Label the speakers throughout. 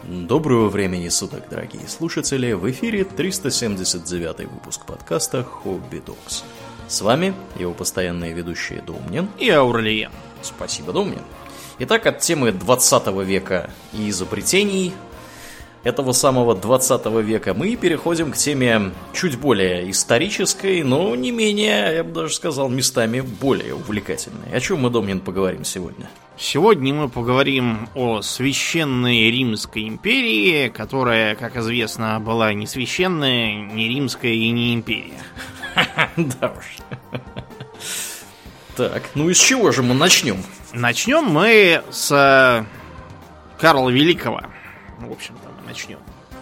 Speaker 1: Доброго времени суток, дорогие слушатели! В эфире 379 выпуск подкаста «Хобби Токс». С вами его постоянные ведущие Домнин
Speaker 2: и Аурлиен.
Speaker 1: Спасибо, Домнин. Итак, от темы 20 века и изобретений этого самого 20 века мы переходим к теме чуть более исторической, но не менее, я бы даже сказал, местами более увлекательной. О чем мы, Домнин, поговорим сегодня?
Speaker 2: Сегодня мы поговорим о священной Римской империи, которая, как известно, была не священная, не римская и не империя.
Speaker 1: Да уж. Так, ну и с чего же мы начнем?
Speaker 2: Начнем мы с Карла Великого. В общем-то, мы начнем.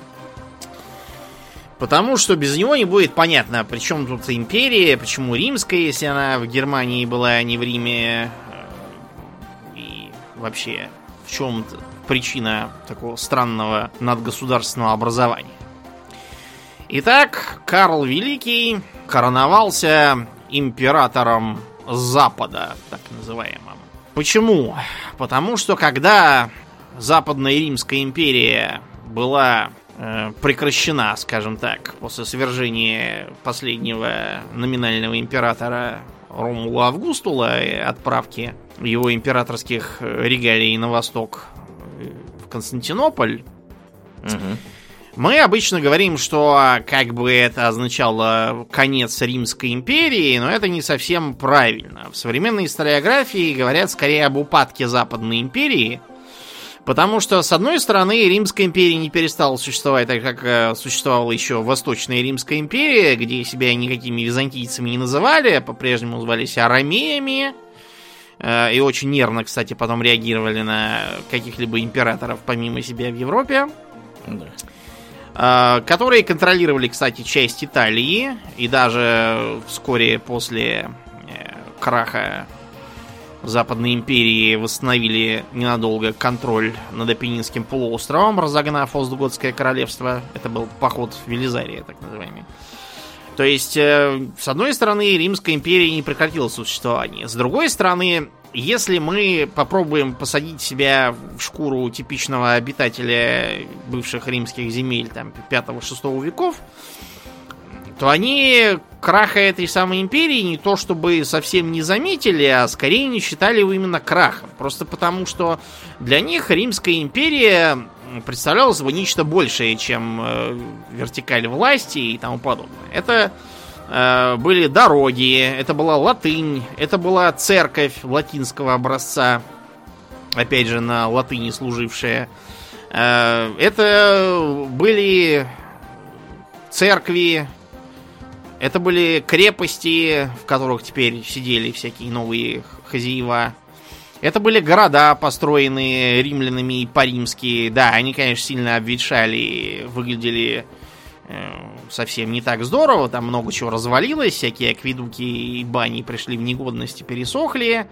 Speaker 2: Потому что без него не будет понятно, при чем тут империя, почему римская, если она в Германии была, а не в Риме. И вообще, в чем причина такого странного надгосударственного образования. Итак, Карл Великий короновался императором Запада, так называемым. Почему? Потому что когда Западная Римская империя была прекращена, скажем так, после свержения последнего номинального императора Ромула Августула и отправки его императорских регалий на восток в Константинополь, мы обычно говорим, что как бы это означало конец Римской империи, но это не совсем правильно. В современной историографии говорят скорее об упадке Западной империи, потому что, с одной стороны, Римская империя не перестала существовать так, как существовала еще Восточная Римская империя, где себя никакими византийцами не называли, по-прежнему звались арамеями, и очень нервно, кстати, потом реагировали на каких-либо императоров помимо себя в Европе. Которые контролировали, кстати, часть Италии, и даже вскоре после краха Западной империи восстановили ненадолго контроль над Апеннинским полуостровом, разогнав Остготское королевство. Это был поход Велизария, так называемый. То есть, с одной стороны, Римская империя не прекратила существование. С другой стороны, если мы попробуем посадить себя в шкуру типичного обитателя бывших римских земель там 5-6 веков, то они краха этой самой империи не то чтобы совсем не заметили, а скорее не считали его именно крахом. Просто потому, что для них Римская империя представляла собой нечто большее, чем вертикаль власти и тому подобное. Это были дороги, это была латынь, это была церковь латинского образца, опять же, на латыни служившая. Это были церкви, это были крепости, в которых теперь сидели всякие новые хозяева. Это были города, построенные римлянами и по-римски. Да, они, конечно, сильно обветшали, выглядели совсем не так здорово. Там много чего развалилось, всякие акведуки и бани пришли в негодность и пересохли.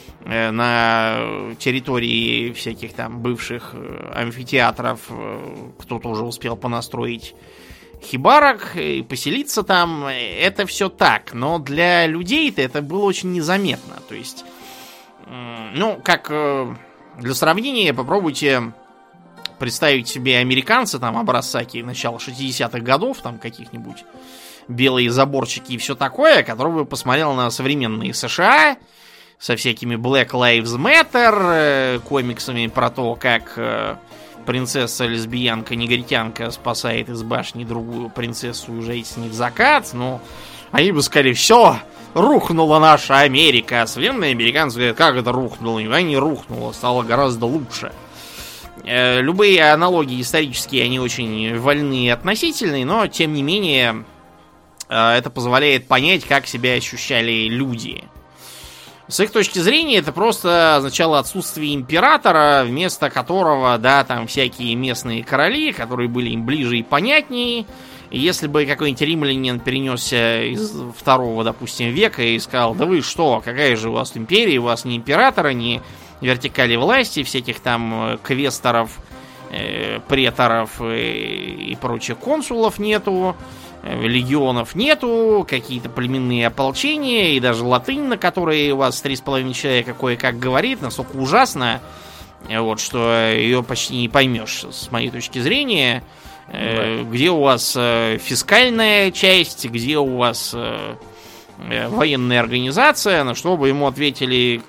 Speaker 2: На территории всяких там бывших амфитеатров кто-то уже успел понастроить хибарок и поселиться там. Это все так, но для людей-то это было очень незаметно. То есть, ну, как для сравнения, попробуйте представить себе американца там образца начала 60-х годов, там каких-нибудь белые заборчики и все такое, который бы посмотрел на современные США со всякими Black Lives Matter, комиксами про то, как принцесса-лесбиянка-негритянка спасает из башни другую принцессу и уезжает с ней в закат. Ну, они бы сказали, все, рухнула наша Америка. А современные американцы говорят, как это рухнуло? Никуда не рухнуло, стало гораздо лучше. Любые аналогии исторические, они очень вольны и относительные, но, тем не менее, это позволяет понять, как себя ощущали люди. С их точки зрения, это просто означало отсутствие императора, вместо которого, да, там всякие местные короли, которые были им ближе и понятнее. И если бы какой-нибудь римлянин перенесся из 2-го, допустим, века и сказал, да вы что, какая же у вас империя, у вас ни императора, ни вертикали власти, всяких там квесторов, преторов и прочих консулов нету, легионов нету, какие-то племенные ополчения, и даже латынь, на которой у вас 3,5 человека кое-как говорит, настолько ужасно, Вот, что ее почти не поймешь, с моей точки зрения. Где у вас фискальная часть, где у вас военная организация, на что бы ему ответили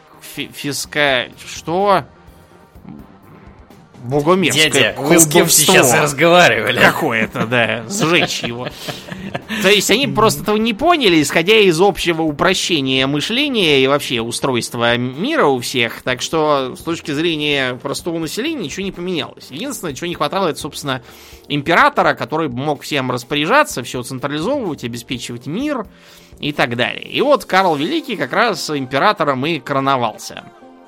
Speaker 2: что? Богомерзкое
Speaker 1: дядя, вы с кем сейчас разговаривали?
Speaker 2: Какое-то, да, сжечь его. То есть они просто этого не поняли, исходя из общего упрощения мышления и вообще устройства мира у всех. Так что с точки зрения простого населения ничего не поменялось. Единственное, чего не хватало, это, собственно, императора, который мог всем распоряжаться, все централизовывать, обеспечивать мир и так далее. И вот Карл Великий как раз императором и короновался.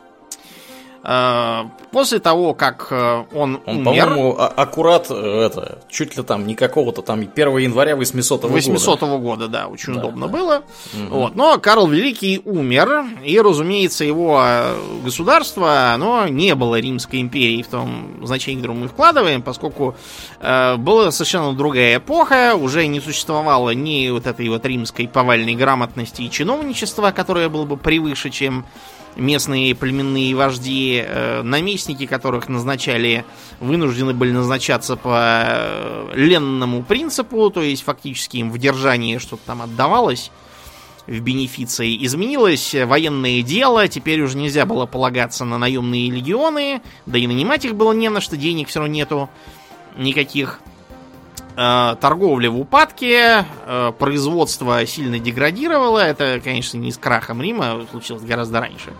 Speaker 2: После того, как он умер...
Speaker 1: по-моему, аккурат чуть ли там не какого-то там 1 января 800 года.
Speaker 2: 800 года, да, очень удобно было. Вот. Но Карл Великий умер, и, разумеется, его государство, оно не было Римской империей в том значении, которое мы вкладываем, поскольку была совершенно другая эпоха, уже не существовало ни вот этой вот римской повальной грамотности и чиновничества, которое было бы превыше, чем местные племенные вожди, наместники которых назначали, вынуждены были назначаться по ленному принципу, то есть фактически им в держании что-то там отдавалось в бенефиции. Изменилось военное дело, теперь уже нельзя было полагаться на наемные легионы, да и нанимать их было не на что, денег все равно нету никаких. Торговля в упадке, производство сильно деградировало. Это, конечно, не с крахом Рима, случилось гораздо раньше.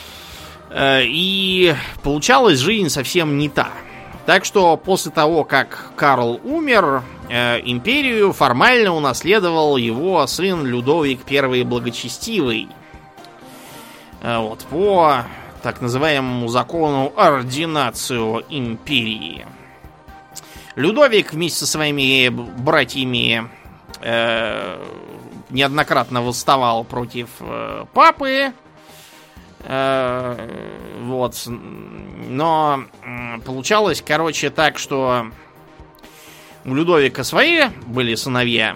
Speaker 2: И получалась жизнь совсем не та. Так что после того, как Карл умер, империю формально унаследовал его сын Людовик I Благочестивый. Вот, по так называемому закону ординацию империи. Людовик вместе со своими братьями неоднократно восставал против папы. Вот. Но получалось, короче, так, что у Людовика свои были сыновья,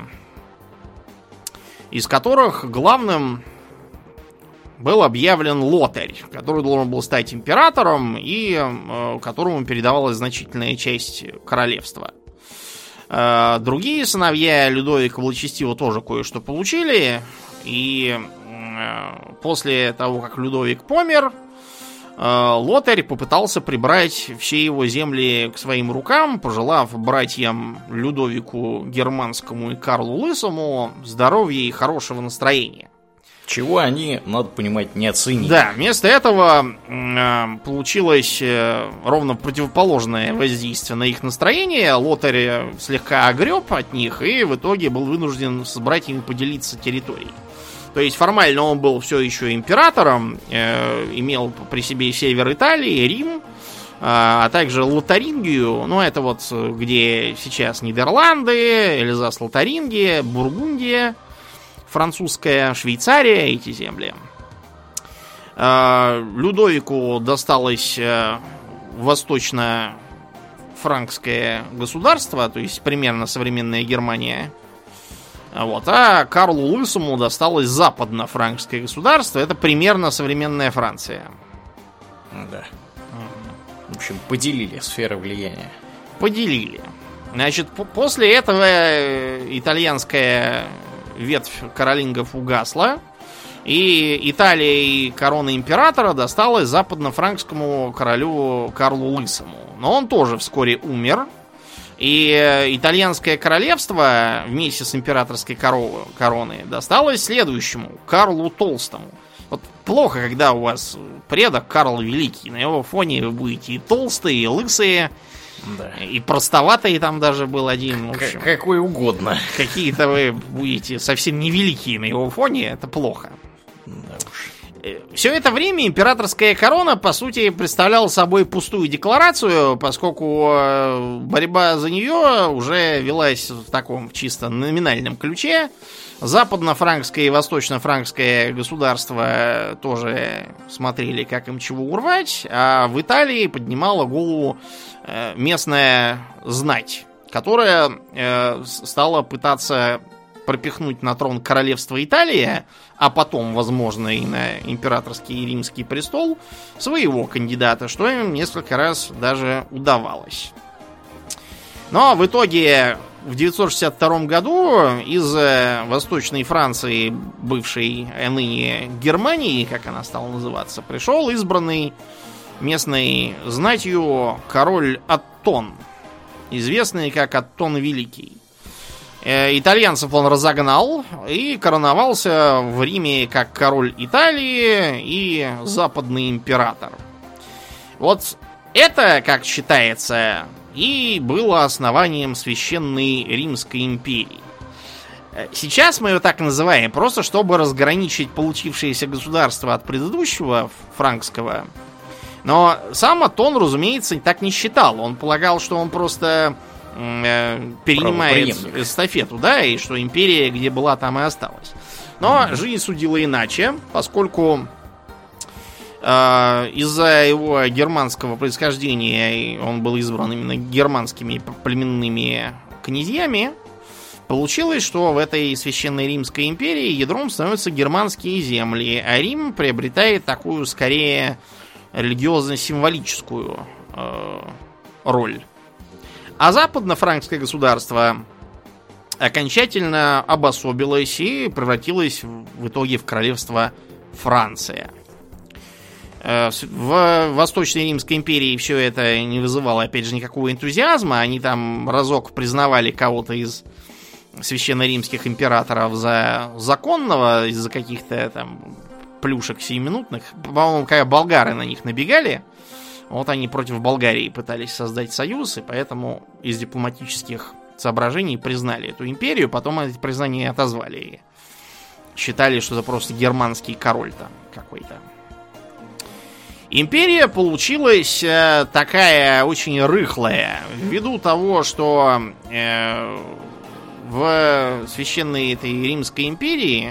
Speaker 2: из которых главным был объявлен Лотарь, который должен был стать императором и которому передавалась значительная часть королевства. Другие сыновья Людовика Благочестивого тоже кое-что получили, и после того, как Людовик помер, Лотарь попытался прибрать все его земли к своим рукам, пожелав братьям Людовику Германскому и Карлу Лысому здоровья и хорошего настроения.
Speaker 1: Чего они, надо понимать, не оценили.
Speaker 2: Да, вместо этого получилось ровно противоположное воздействие на их настроение. Лотарь слегка огреб от них и в итоге был вынужден с братьями поделиться территорией. То есть формально он был все еще императором, имел при себе север Италии, Рим, а также Лотарингию, ну это вот где сейчас Нидерланды, Эльзас-Лотарингия, Бургундия, французская, Швейцария, эти земли. Людовику досталось восточно-франкское государство, то есть примерно современная Германия. Вот. А Карлу Лысому досталось западно-франкское государство, это примерно современная Франция.
Speaker 1: Да. В общем, поделили сферы влияния.
Speaker 2: Поделили. Значит, после этого итальянская ветвь каролингов угасла, и Италия и корона императора досталась западно-франкскому королю Карлу Лысому. Но он тоже вскоре умер, и итальянское королевство вместе с императорской короной досталось следующему, Карлу Толстому. Вот плохо, когда у вас предок Карл Великий, на его фоне вы будете и толстые, и лысые, да. И простоватый там даже был один. В общем,
Speaker 1: какой угодно.
Speaker 2: Какие-то вы будете совсем невеликие на его фоне, это плохо.
Speaker 1: Да уж.
Speaker 2: Все это время императорская корона, по сути, представляла собой пустую декларацию, поскольку борьба за нее уже велась в таком чисто номинальном ключе. Западно-франкское и восточно-франкское государства тоже смотрели, как им чего урвать, а в Италии поднимала голову местная знать, которая стала пытаться пропихнуть на трон королевства Италия, а потом, возможно, и на императорский римский престол своего кандидата, что им несколько раз даже удавалось. Но в итоге в 962 году из Восточной Франции, бывшей ныне Германии, как она стала называться, пришел избранный местной знатью король Оттон, известный как Оттон Великий. Итальянцев он разогнал и короновался в Риме как король Италии и западный император. Вот это, как считается, и было основанием Священной Римской империи. Сейчас мы ее так называем, просто чтобы разграничить получившееся государство от предыдущего, франкского. Но сам Оттон, разумеется, так не считал. Он полагал, что он просто перенимает эстафету, да, и что империя где была, там и осталась. Но жизнь судила иначе, поскольку из-за его германского происхождения он был избран именно германскими племенными князьями. Получилось, что в этой Священной Римской империи ядром становятся германские земли, а Рим приобретает такую, скорее, религиозно-символическую роль. А западно-франкское государство окончательно обособилось и превратилось в итоге в королевство Франция. В Восточной Римской империи все это не вызывало, опять же, никакого энтузиазма. Они там разок признавали кого-то из священно-римских императоров за законного, из-за каких-то там плюшек сиюминутных. По-моему, когда болгары на них набегали, вот они против Болгарии пытались создать союз, и поэтому из дипломатических соображений признали эту империю, потом эти признания отозвали и считали, что это просто германский король там какой-то. Империя получилась такая очень рыхлая, ввиду того, что в Священной этой Римской империи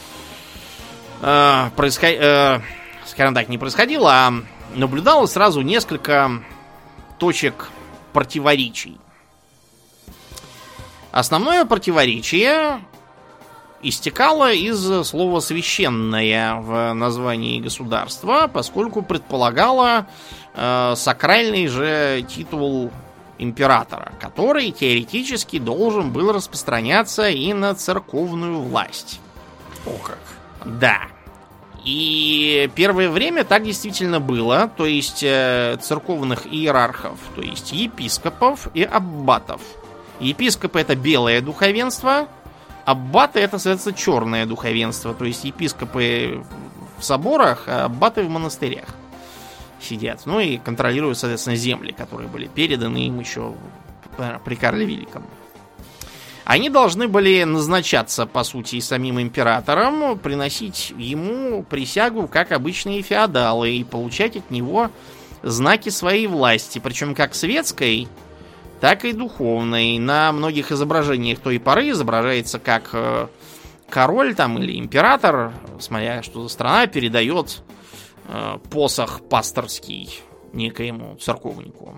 Speaker 2: скажем так, не происходило, а наблюдалось сразу несколько точек противоречий. Основное противоречие истекало из слова «священное» в названии государства, поскольку предполагало сакральный же титул императора, который теоретически должен был распространяться и на церковную власть.
Speaker 1: О как!
Speaker 2: Да. И первое время так действительно было, то есть церковных иерархов, то есть епископов и аббатов. Епископы — это белое духовенство, аббаты — это, соответственно, черное духовенство, то есть епископы в соборах, а аббаты в монастырях сидят. Ну и контролируют, соответственно, земли, которые были переданы им еще при Карле Великом. Они должны были назначаться, по сути, и самим императором, приносить ему присягу, как обычные феодалы, и получать от него знаки своей власти, причем как светской, так и духовной. На многих изображениях той поры изображается как король там или император, смотря что за страна, передает посох пасторский некоему церковнику.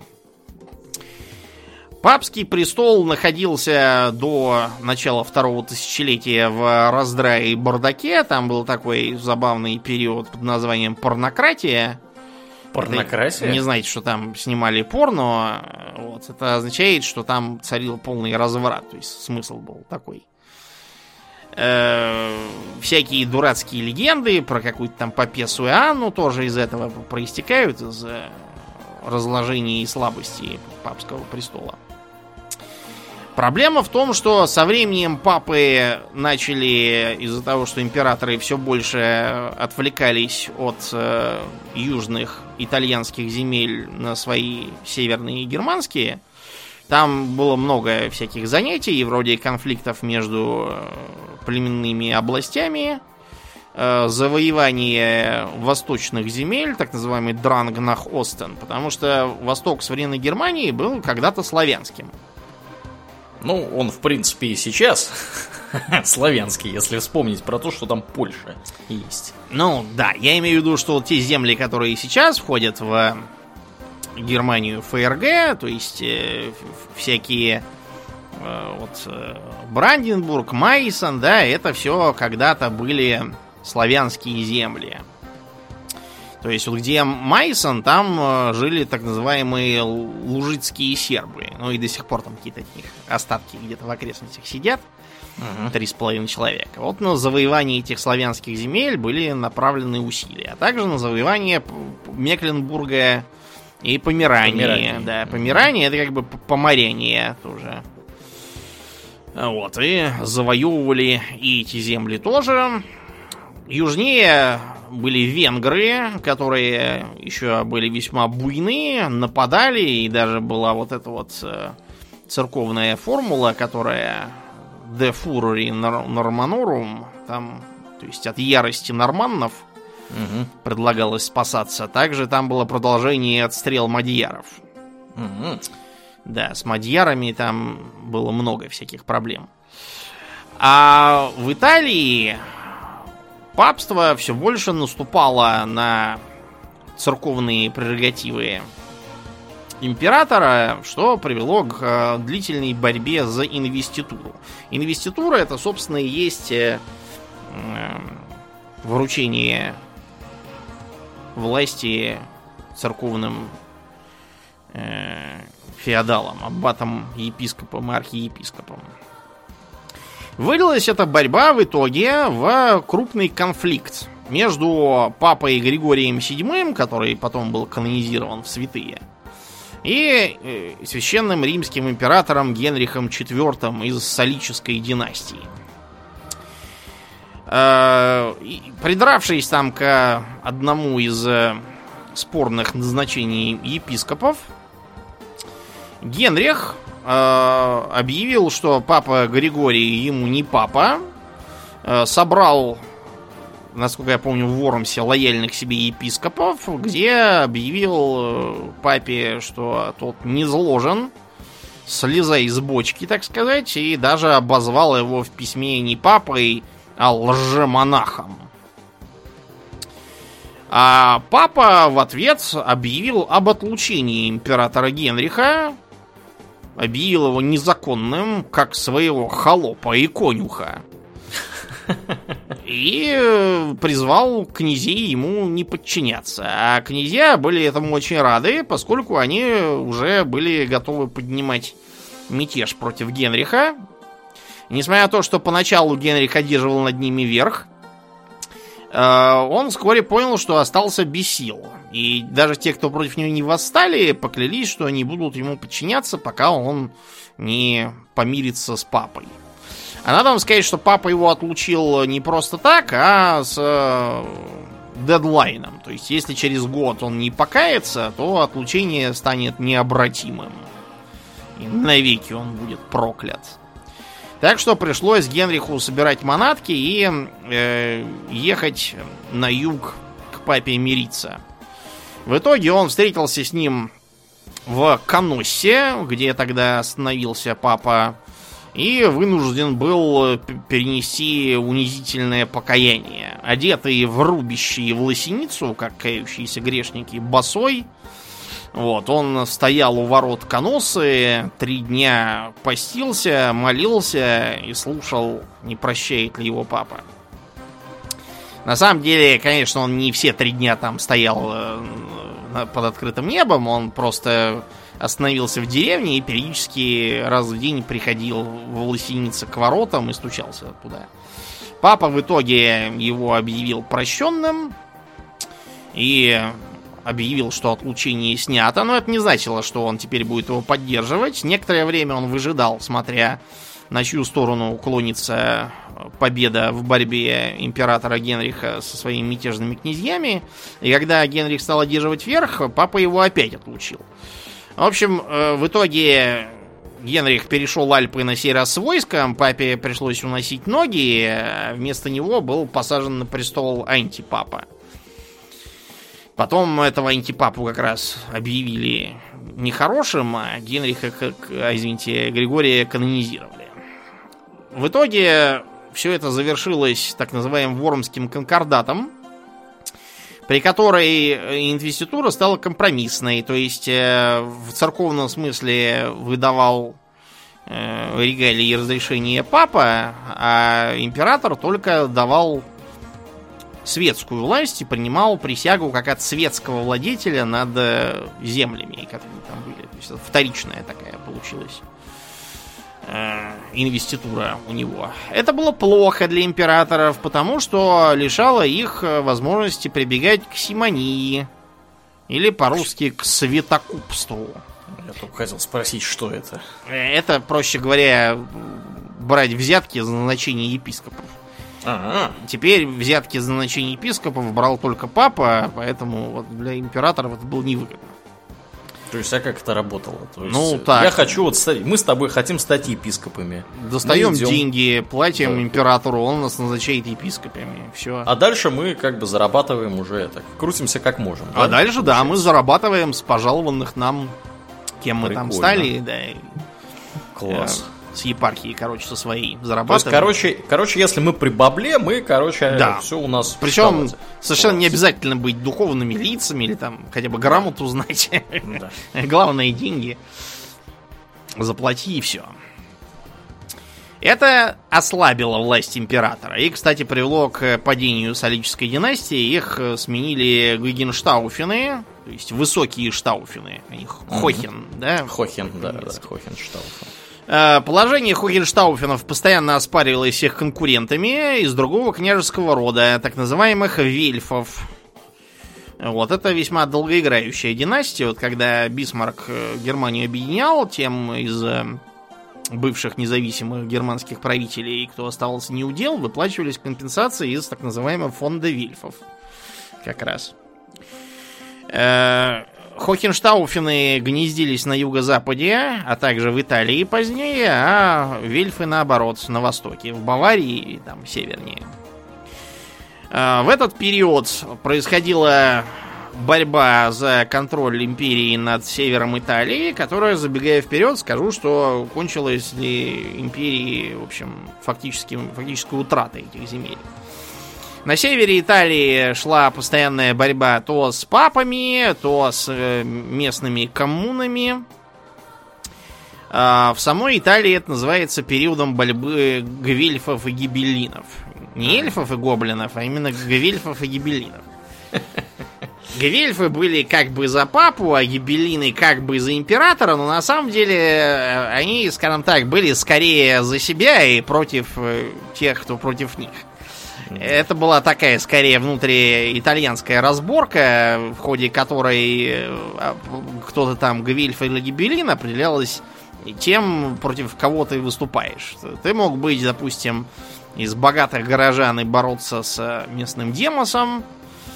Speaker 2: Папский престол находился до начала второго тысячелетия в раздрае и бардаке. Там был такой забавный период под названием порнократия.
Speaker 1: Порнократия?
Speaker 2: Не знаете, что там снимали порно. Вот. Это означает, что там царил полный разврат. То есть смысл был такой. Всякие дурацкие легенды про какую-то там Папесу Иоанну тоже из этого проистекают, из разложения и слабости папского престола. Проблема в том, что со временем папы начали, из-за того, что императоры все больше отвлекались от южных итальянских земель на свои северные германские, там было много всяких занятий, вроде конфликтов между племенными областями, завоевание восточных земель, так называемый Дранг нах Остен, потому что восток современной Германии был когда-то славянским.
Speaker 1: Ну, он, в принципе, и сейчас славянский, если вспомнить про то, что там Польша есть.
Speaker 2: Ну, да, я имею в виду, что те земли, которые сейчас входят в Германию ФРГ, то есть всякие Бранденбург, Майсон, да, это все когда-то были славянские земли. То есть вот где Майсон, там жили так называемые лужицкие сербы. Ну и до сих пор там какие-то от них остатки где-то в окрестностях сидят. 3,5 человека. Вот на завоевание этих славянских земель были направлены усилия. А также на завоевание Мекленбурга и Померании. Да, Померания это как бы поморение тоже. Вот, и завоевывали и эти земли тоже. Южнее были венгры, которые еще были весьма буйные, нападали, и даже была вот эта вот церковная формула, которая de furori Normanorum, там, то есть от ярости норманнов, предлагалось спасаться. Также там было продолжение отстрел мадьяров. Да, с мадьярами там было много всяких проблем. А в Италии папство все больше наступало на церковные прерогативы императора, что привело к длительной борьбе за инвеституру. Инвеститура это, собственно, и есть вручение власти церковным феодалам, аббатам, епископам и архиепископам. Вылилась эта борьба в итоге в крупный конфликт между папой Григорием VII, который потом был канонизирован в святые, и священным римским императором Генрихом IV из Солической династии. Придравшись там к одному из спорных назначений епископов, Генрих объявил, что папа Григорий ему не папа, собрал, насколько я помню, в Вормсе лояльных себе епископов, где объявил папе, что тот не зложен, слезай из бочки, так сказать, и даже обозвал его в письме не папой, а лжемонахом. А папа в ответ объявил об отлучении императора Генриха, объявил его незаконным, как своего холопа и конюха. И призвал князей ему не подчиняться. А князья были этому очень рады, поскольку они уже были готовы поднимать мятеж против Генриха. Несмотря на то, что поначалу Генрих одерживал над ними верх, он вскоре понял, что остался без сил. И даже те, кто против него не восстали, поклялись, что они будут ему подчиняться, пока он не помирится с папой. А надо вам сказать, что папа его отлучил не просто так, а с дедлайном. То есть, если через год он не покается, то отлучение станет необратимым. И навеки он будет проклят. Так что пришлось Генриху собирать манатки и ехать на юг к папе мириться. В итоге он встретился с ним в Каноссе, где тогда остановился папа, и вынужден был перенести унизительное покаяние. Одетый в рубище и в лосиницу, как кающиеся грешники, босой, вот, он стоял у ворот Каноссы, 3 дня постился, молился и слушал, не прощает ли его папа. На самом деле, конечно, он не все 3 дня там стоял под открытым небом, он просто остановился в деревне и периодически раз в день приходил в лосинице к воротам и стучался туда. Папа в итоге его объявил прощенным и объявил, что отлучение снято, но это не значило, что он теперь будет его поддерживать. Некоторое время он выжидал, смотря на чью сторону уклонится победа в борьбе императора Генриха со своими мятежными князьями. И когда Генрих стал одерживать верх, папа его опять отлучил. В общем, в итоге Генрих перешел Альпы на сей раз с войском, папе пришлось уносить ноги, а вместо него был посажен на престол антипапа. Потом этого антипапу как раз объявили нехорошим, а Генриха, Григория канонизировали. В итоге все это завершилось так называемым Вормским конкордатом, при которой инвеститура стала компромиссной, то есть в церковном смысле выдавал регалии и разрешения папа, а император только давал светскую власть и принимал присягу как от светского владетеля над землями, которые там были. То есть это вторичная такая получилась инвеститура у него. Это было плохо для императоров, потому что лишало их возможности прибегать к симонии, или по-русски к святокупству.
Speaker 1: Я только хотел спросить, что это.
Speaker 2: Это, проще говоря, брать взятки за назначение епископов.
Speaker 1: Ага.
Speaker 2: Теперь взятки за назначение епископов брал только папа, поэтому вот для императоров это было невыгодно.
Speaker 1: То есть, а как это работало? То есть,
Speaker 2: Ну, так.
Speaker 1: Я хочу вот стать... Мы с тобой хотим стать епископами.
Speaker 2: Достаем деньги, платим императору, он нас назначает епископами. Все.
Speaker 1: А дальше мы как бы зарабатываем уже так. Крутимся как можем.
Speaker 2: А дальше, да, мы зарабатываем с пожалованных нам, кем мы там стали, да.
Speaker 1: Класс.
Speaker 2: С епархией, короче, со своей
Speaker 1: То
Speaker 2: зарабатываем.
Speaker 1: есть, короче, если мы при бабле, мы,
Speaker 2: да.
Speaker 1: все у нас.
Speaker 2: Причем совершенно
Speaker 1: Класс.
Speaker 2: не обязательно быть духовными лицами или там хотя бы грамоту знать.
Speaker 1: Да.
Speaker 2: Главное деньги. Заплати и все. Это ослабило власть императора. И, кстати, привело к падению Солической династии. Их сменили Гогенштауфены, то есть высокие штауфены. У них Хохен, да?
Speaker 1: Хохен, да, Хохенштауфен.
Speaker 2: Положение Хогенштауфенов постоянно оспаривалось их конкурентами из другого княжеского рода, так называемых вельфов. Вот это весьма долгоиграющая династия. Вот когда Бисмарк Германию объединял, тем из бывших независимых германских правителей, кто остался неудел, выплачивались компенсации из так называемого фонда вельфов. Как раз. Хохенштауфены гнездились на юго-западе, а также в Италии позднее, а вельфы наоборот, на востоке, в Баварии и там севернее. В этот период происходила борьба за контроль империи над севером Италии, которая, забегая вперед, скажу, что кончилась для империи, в общем, фактической утратой этих земель. На севере Италии шла постоянная борьба то с папами, то с местными коммунами. В самой Италии это называется периодом борьбы гвельфов и гибеллинов. Не эльфов и гоблинов, а именно гвельфов и гибеллинов. Гвельфы были как бы за папу, а гибеллины как бы за императора, но на самом деле они, скажем так, были скорее за себя и против тех, кто против них. Это была такая, скорее, внутриитальянская разборка, в ходе которой кто-то там, гвельф или гибеллин, определялось тем, против кого ты выступаешь. Ты мог быть, допустим, из богатых горожан и бороться с местным демосом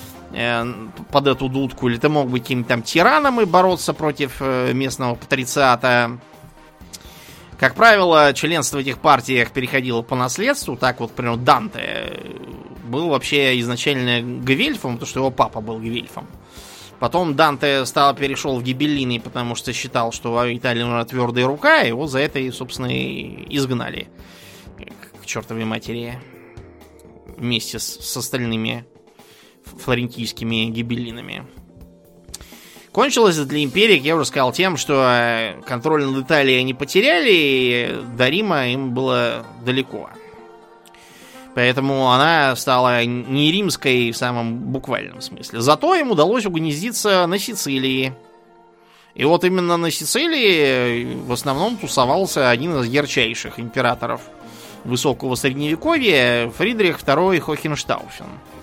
Speaker 2: под эту дудку, или ты мог быть каким-то там тираном и бороться против местного патрициата. Как правило, членство в этих партиях переходило по наследству. Так вот, например, Данте был вообще изначально гвельфом, потому что его папа был гвельфом. Потом Данте перешел в гибеллины, потому что считал, что в Италии нужна твердая рука, и его за это, собственно, и изгнали к чертовой матери вместе с остальными флорентийскими гибеллинами. Кончилось для империи, как я уже сказал, тем, что контроль над Италией они потеряли, и до Рима им было далеко. Поэтому она стала не римской в самом буквальном смысле. Зато им удалось угнездиться на Сицилии. И вот именно на Сицилии в основном тусовался один из ярчайших императоров высокого средневековья, Фридрих II Хохенштауфен.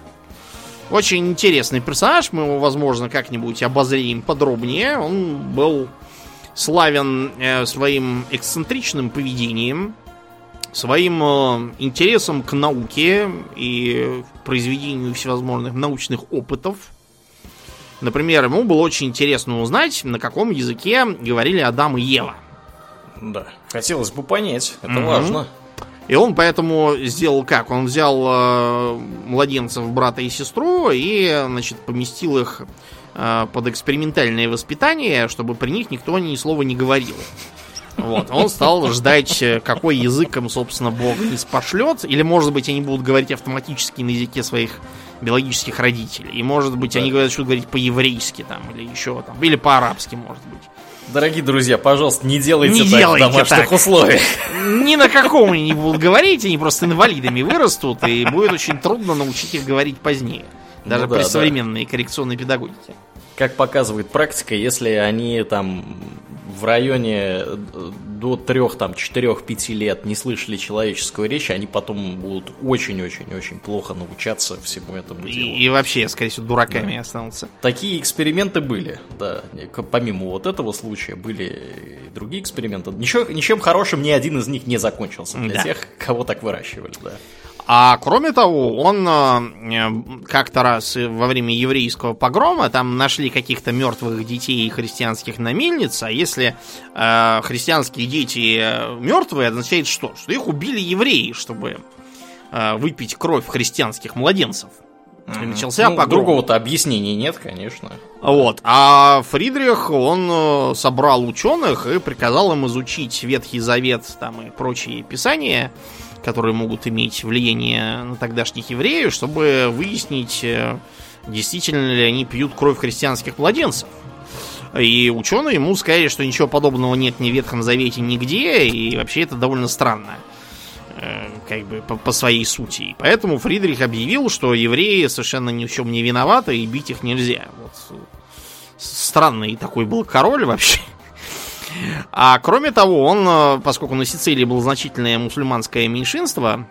Speaker 2: Очень интересный персонаж, мы его, возможно, как-нибудь обозрим подробнее. Он был славен своим эксцентричным поведением, своим интересом к науке и произведению всевозможных научных опытов. Например, ему было очень интересно узнать, на каком языке говорили Адам и Ева.
Speaker 1: Да, хотелось бы понять, это важно.
Speaker 2: И он поэтому сделал как? Он взял младенцев, брата и сестру, и, значит, поместил их под экспериментальное воспитание, чтобы при них никто ни слова не говорил. Вот. Он стал ждать, какой язык им, собственно, Бог ниспошлет. Или, может быть, они будут говорить автоматически на языке своих биологических родителей. И, может быть, они начнут говорить по-еврейски там, или еще там, или по-арабски, может быть.
Speaker 1: Дорогие друзья, пожалуйста, не делайте так в домашних условиях.
Speaker 2: Ни на каком они не будут говорить, они просто инвалидами вырастут, и будет очень трудно научить их говорить позднее. Даже при современной коррекционной педагогике.
Speaker 1: Как показывает практика, если они там в районе до 3, 4, 5 лет не слышали человеческую речь, они потом будут очень-очень-очень плохо научаться всему этому делу.
Speaker 2: И вообще, скорее всего, дураками останутся.
Speaker 1: Такие эксперименты были, да. Помимо вот этого случая были и другие эксперименты. Ничем хорошим ни один из них не закончился для тех, кого так выращивали, да.
Speaker 2: А кроме того, он как-то раз во время еврейского погрома там нашли каких-то мертвых детей христианских на мельнице. А если христианские дети мертвые, означает что? Что их убили евреи, чтобы выпить кровь христианских младенцев. Начался погром.
Speaker 1: Другого-то объяснения нет, конечно.
Speaker 2: Вот. А Фридрих, он собрал ученых и приказал им изучить Ветхий Завет там, и прочие писания, которые могут иметь влияние на тогдашних евреев, чтобы выяснить, действительно ли они пьют кровь христианских младенцев. И ученые ему сказали, что ничего подобного нет ни в Ветхом Завете, нигде, и вообще это довольно странно, как бы по своей сути. И поэтому Фридрих объявил, что евреи совершенно ни в чем не виноваты, и бить их нельзя. Вот. Странный такой был король вообще. А кроме того, он, поскольку на Сицилии было значительное мусульманское меньшинство,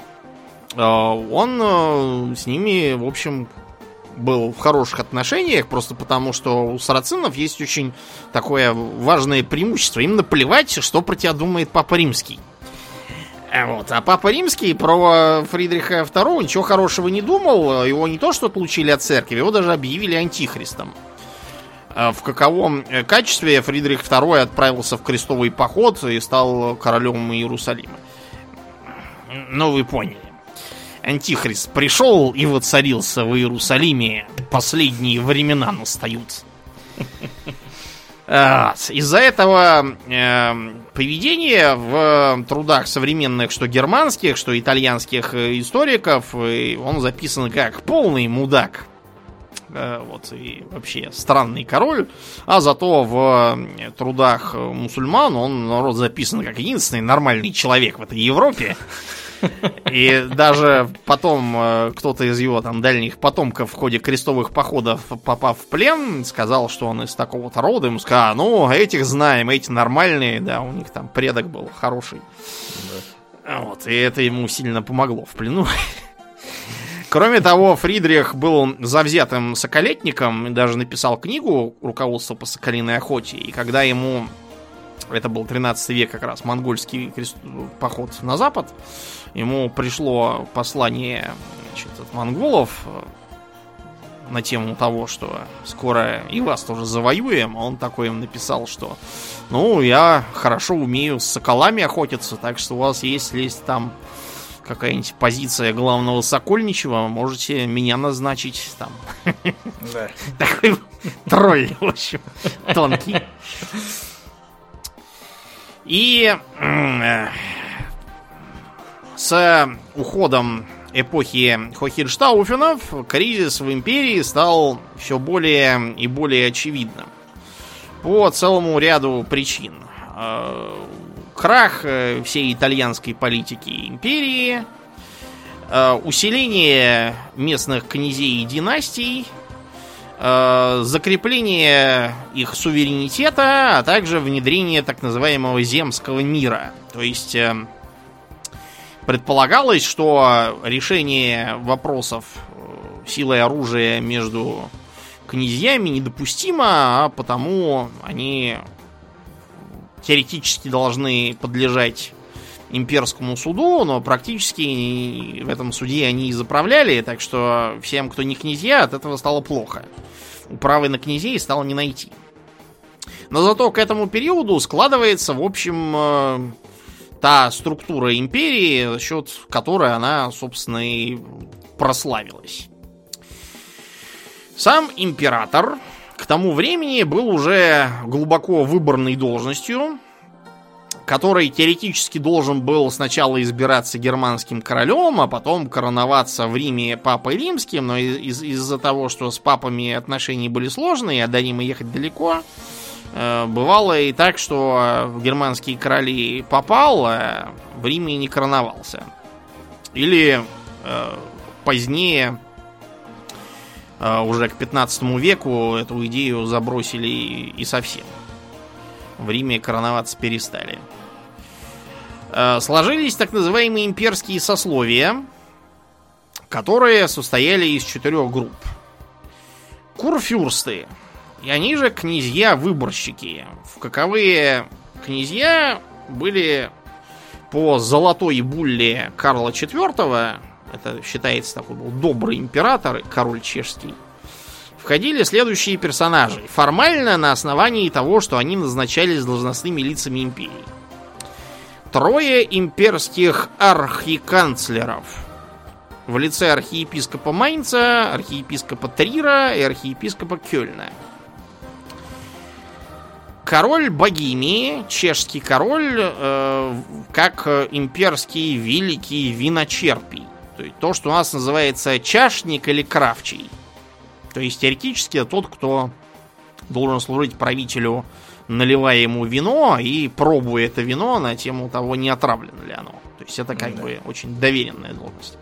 Speaker 2: он с ними, в общем, был в хороших отношениях, просто потому, что у сарацинов есть очень такое важное преимущество. Им наплевать, что про тебя думает Папа Римский. Вот. А Папа Римский про Фридриха II ничего хорошего не думал. Его не то что отлучили от церкви, его даже объявили антихристом. В каковом качестве Фридрих II отправился в крестовый поход и стал королем Иерусалима. Ну, вы поняли. Антихрист пришел и воцарился в Иерусалиме. Последние времена настают. Из-за этого поведения в трудах современных, что германских, что итальянских историков, он записан как полный мудак. Вот, и вообще странный король. А зато в трудах мусульман он, наоборот, записан как единственный нормальный человек в этой Европе. И даже потом кто-то из его там дальних потомков в ходе крестовых походов, попав в плен, сказал, что он из такого-то рода. Ему сказали, ну, этих знаем, эти нормальные, да, у них там предок был хороший. Да. Вот, и это ему сильно помогло в плену. Кроме того, Фридрих был завзятым соколетником и даже написал книгу «Руководство по соколиной охоте». И когда ему, это был 13 век как раз, монгольский поход на запад, ему пришло послание, значит, от монголов на тему того, что скоро и вас тоже завоюем. Он такой им написал, что ну, я хорошо умею с соколами охотиться, так что у вас есть, если там какая-нибудь позиция главного Сокольничего, можете меня назначить там. Да. Такой тролль, в общем, тонкий. И с уходом эпохи Хохенштауфенов кризис в империи стал все более и более очевидным. По целому ряду причин. Крах всей итальянской политики империи, усиление местных князей и династий, закрепление их суверенитета, а также внедрение так называемого земского мира. То есть предполагалось, что решение вопросов силой оружия между князьями недопустимо, а потому они теоретически должны подлежать имперскому суду, но практически в этом суде они и заправляли, так что всем, кто не князья, от этого стало плохо. Управы на князей стало не найти. Но зато к этому периоду складывается, в общем, та структура империи, за счет которой она, собственно, и прославилась. Сам император к тому времени был уже глубоко выборной должностью, который теоретически должен был сначала избираться германским королем, а потом короноваться в Риме папой римским, но из-за того, что с папами отношения были сложные, а до Рима ехать далеко, бывало и так, что в германские короли попал, а в Риме не короновался. Или позднее, уже к 15 веку, эту идею забросили и совсем. В Риме короноваться перестали. Сложились так называемые имперские сословия, которые состояли из 4 групп. Курфюрсты, и они же князья-выборщики. В каковые князья были по золотой булле Карла IV, это считается такой был добрый император, король чешский, входили следующие персонажи. Формально на основании того, что они назначались должностными лицами империи. 3 имперских архиканцлеров в лице архиепископа Майнца, архиепископа Трира и архиепископа Кёльна. Король Богемии, чешский король, как имперский великий виночерпий. То есть то, что у нас называется чашник или кравчий. То есть теоретически это тот, кто должен служить правителю, наливая ему вино и пробуя это вино на тему того, не отравлено ли оно. То есть это как бы очень доверенная должность.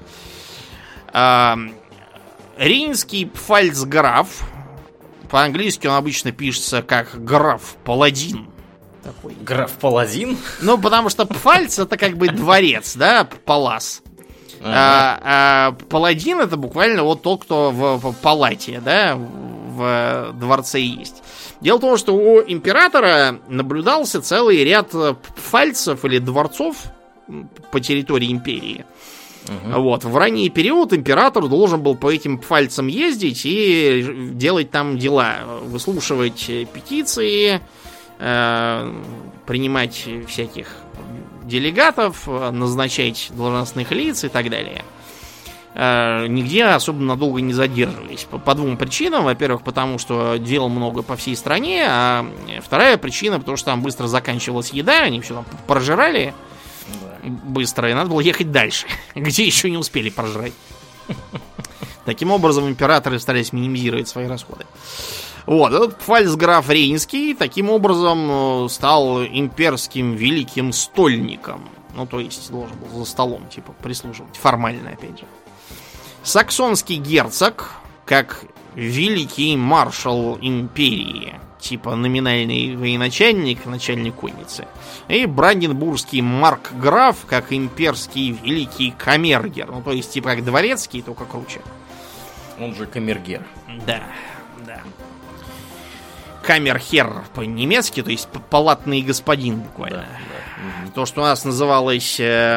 Speaker 2: Рейнский пфальцграф, по-английски он обычно пишется как граф-паладин.
Speaker 1: Такой. Граф-паладин?
Speaker 2: Ну, потому что Пфальц это как бы дворец, да, палас. А паладин это буквально вот тот, кто в палате, да, в дворце есть. Дело в том, что у императора наблюдался целый ряд пфальцев или дворцов по территории империи. Вот. В ранний период император должен был по этим пфальцам ездить и делать там дела. Выслушивать петиции, принимать всяких делегатов, назначать должностных лиц и так далее. Нигде особо надолго не задерживались. По 2 причинам. Во-первых, потому что дел много по всей стране, а вторая причина, потому что там быстро заканчивалась еда, они все там прожирали быстро, и надо было ехать дальше, где еще не успели прожрать. Таким образом, императоры старались минимизировать свои расходы. Вот, этот пфальцграф Рейнский таким образом стал имперским великим стольником. Ну, то есть, должен был за столом, типа, прислуживать. Формально, опять же. Саксонский герцог, как великий маршал империи, типа номинальный военачальник, начальник конницы. И бранденбургский маркграф, как имперский великий камергер. Ну, то есть, типа, как дворецкий, только круче.
Speaker 1: Он же камергер.
Speaker 2: Да, да. Камерхер по-немецки, то есть палатный господин буквально. Да, да. То, что у нас называлось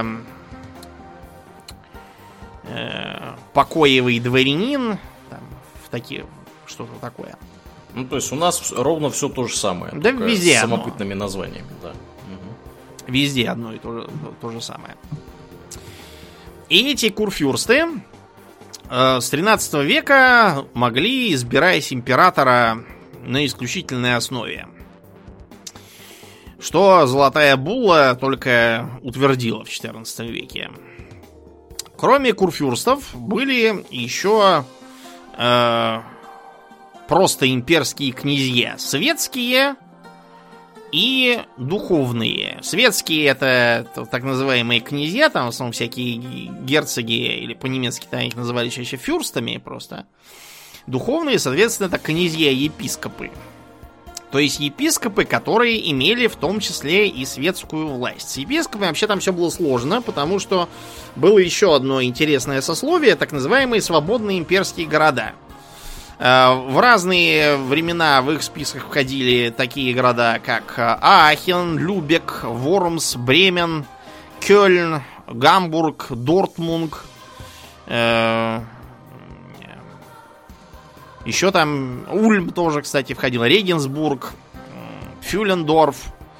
Speaker 2: покоевый дворянин, там, в такие, что-то такое.
Speaker 1: Ну, то есть у нас ровно все то же самое.
Speaker 2: Да, везде.
Speaker 1: С самобытными названиями, да.
Speaker 2: Везде одно и то же самое. И эти курфюрсты с 13 века могли избирать императора на исключительной основе. Что Золотая Булла только утвердила в 14 веке. Кроме курфюрстов были еще просто имперские князья. Светские и духовные. Светские это так называемые князья, там в основном всякие герцоги, или по-немецки-то их называли чаще фюрстами просто. Духовные, соответственно, это князья-епископы. То есть епископы, которые имели в том числе и светскую власть. С епископами вообще там все было сложно, потому что было еще одно интересное сословие, так называемые свободные имперские города. В разные времена в их списках входили такие города, как Аахен, Любек, Вормс, Бремен, Кёльн, Гамбург, Дортмунд. Еще там Ульм тоже, кстати, входил, Регенсбург, Фюлендорф.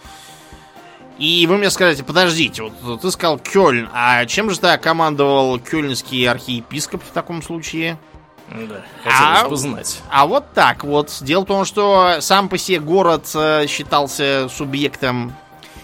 Speaker 2: И вы мне скажете, подождите, вот ты сказал Кёльн, а чем же тогда командовал кёльнский архиепископ в таком случае?
Speaker 1: Да, хотелось бы знать.
Speaker 2: А вот так вот. Дело в том, что сам по себе город считался субъектом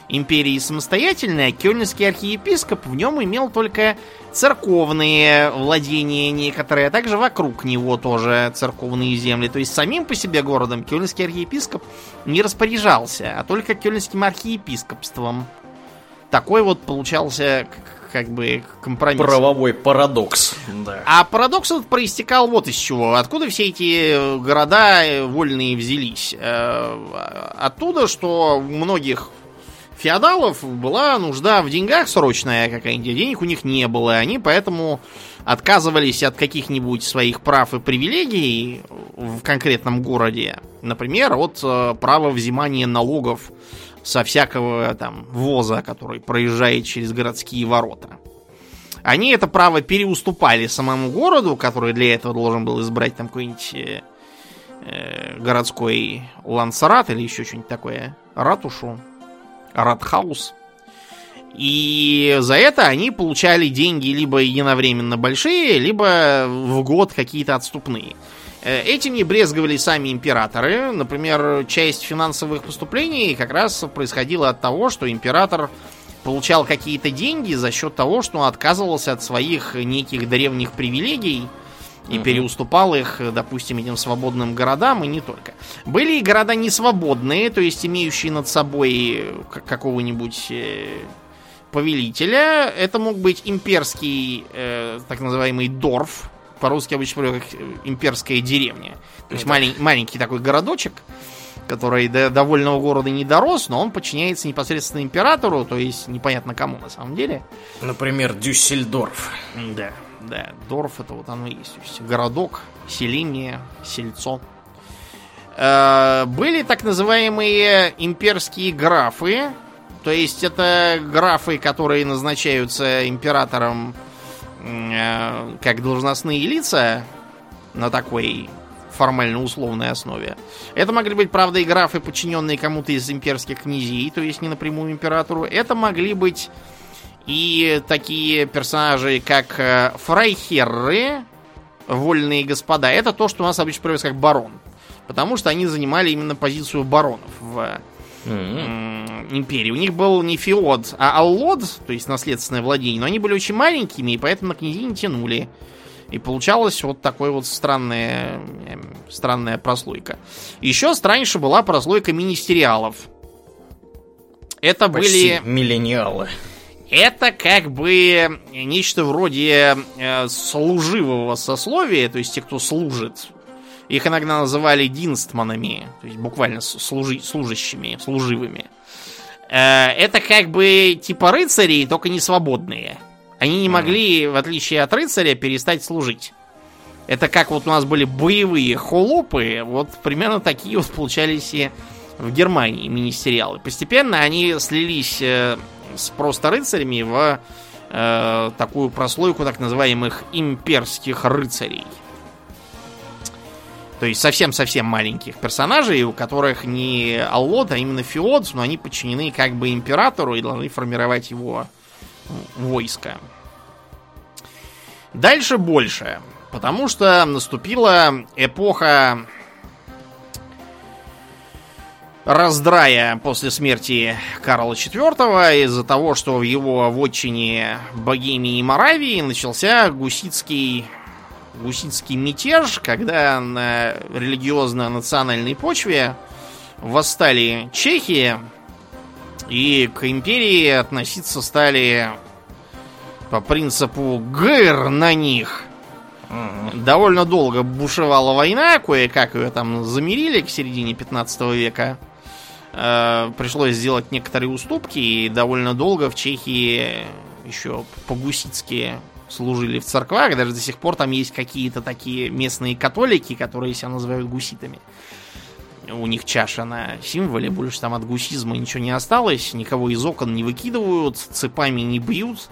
Speaker 2: империи самостоятельный, а кёльнский архиепископ в нем имел только церковные владения некоторые, а также вокруг него тоже церковные земли. То есть самим по себе городом кёльнский архиепископ не распоряжался, а только кёльнским архиепископством. Такой вот получался как бы компромисс.
Speaker 1: Правовой парадокс. Да.
Speaker 2: А парадокс этот проистекал вот из чего. Откуда все эти города вольные взялись? Оттуда, что у многих феодалов была нужда в деньгах срочная какая-нибудь, денег у них не было. Они поэтому отказывались от каких-нибудь своих прав и привилегий в конкретном городе. Например, от права взимания налогов со всякого там ввоза, который проезжает через городские ворота. Они это право переуступали самому городу, который для этого должен был избрать там какой-нибудь городской лансарат или еще что-нибудь такое, ратушу, ратхаус. И за это они получали деньги либо единовременно большие, либо в год какие-то отступные. Этим не брезговали сами императоры. Например, часть финансовых поступлений как раз происходила от того, что император получал какие-то деньги за счет того, что он отказывался от своих неких древних привилегий и переуступал их, допустим, этим свободным городам, и не только. Были и города несвободные, то есть имеющие над собой какого-нибудь повелителя. Это мог быть имперский, так называемый дорф. По-русски обычно говорю, как имперская деревня. То есть маленький такой городочек, который до вольного города не дорос, но он подчиняется непосредственно императору, то есть непонятно кому на самом деле.
Speaker 1: Например, Дюссельдорф.
Speaker 2: Да, Дорф это вот оно и есть. То есть городок, селение, сельцо. Были так называемые имперские графы. То есть это графы, которые назначаются императором как должностные лица на такой формально-условной основе. Это могли быть, правда, и графы, подчиненные кому-то из имперских князей, то есть не напрямую императору. Это могли быть и такие персонажи, как фрайхерры, вольные господа. Это то, что у нас обычно переводится как барон. Потому что они занимали именно позицию баронов в империи. У них был не феод, а аллод, то есть наследственное владение, но они были очень маленькими, и поэтому на князей не тянули. И получалась вот такой вот странная прослойка. Еще страньше была прослойка министериалов. Это
Speaker 1: почти
Speaker 2: были
Speaker 1: миллениалы.
Speaker 2: Это как бы нечто вроде служивого сословия, то есть те, кто служит. Их иногда называли динстманами, то есть буквально служащими, служивыми. Это как бы типа рыцари, только не свободные. Они не могли, в отличие от рыцаря, перестать служить. Это как вот у нас были боевые холопы, вот примерно такие вот получались и в Германии министериалы. Постепенно они слились с просто рыцарями в такую прослойку так называемых имперских рыцарей. То есть совсем-совсем маленьких персонажей, у которых не аллот, а именно феод, но они подчинены как бы императору и должны формировать его войско. Дальше больше, потому что наступила эпоха раздрая после смерти Карла IV из-за того, что в его вотчине Богемии и Моравии начался гуситский мятеж, когда на религиозно-национальной почве восстали чехи и к империи относиться стали по принципу «гыр на них». Довольно долго бушевала война, кое-как ее там замирили к середине 15 века. Пришлось сделать некоторые уступки, и довольно долго в Чехии еще по-гуситски служили в церквах. Даже до сих пор там есть какие-то такие местные католики, которые себя называют гуситами. У них чаша на символе, больше там от гусизма ничего не осталось. Никого из окон не выкидывают, цепами не бьют,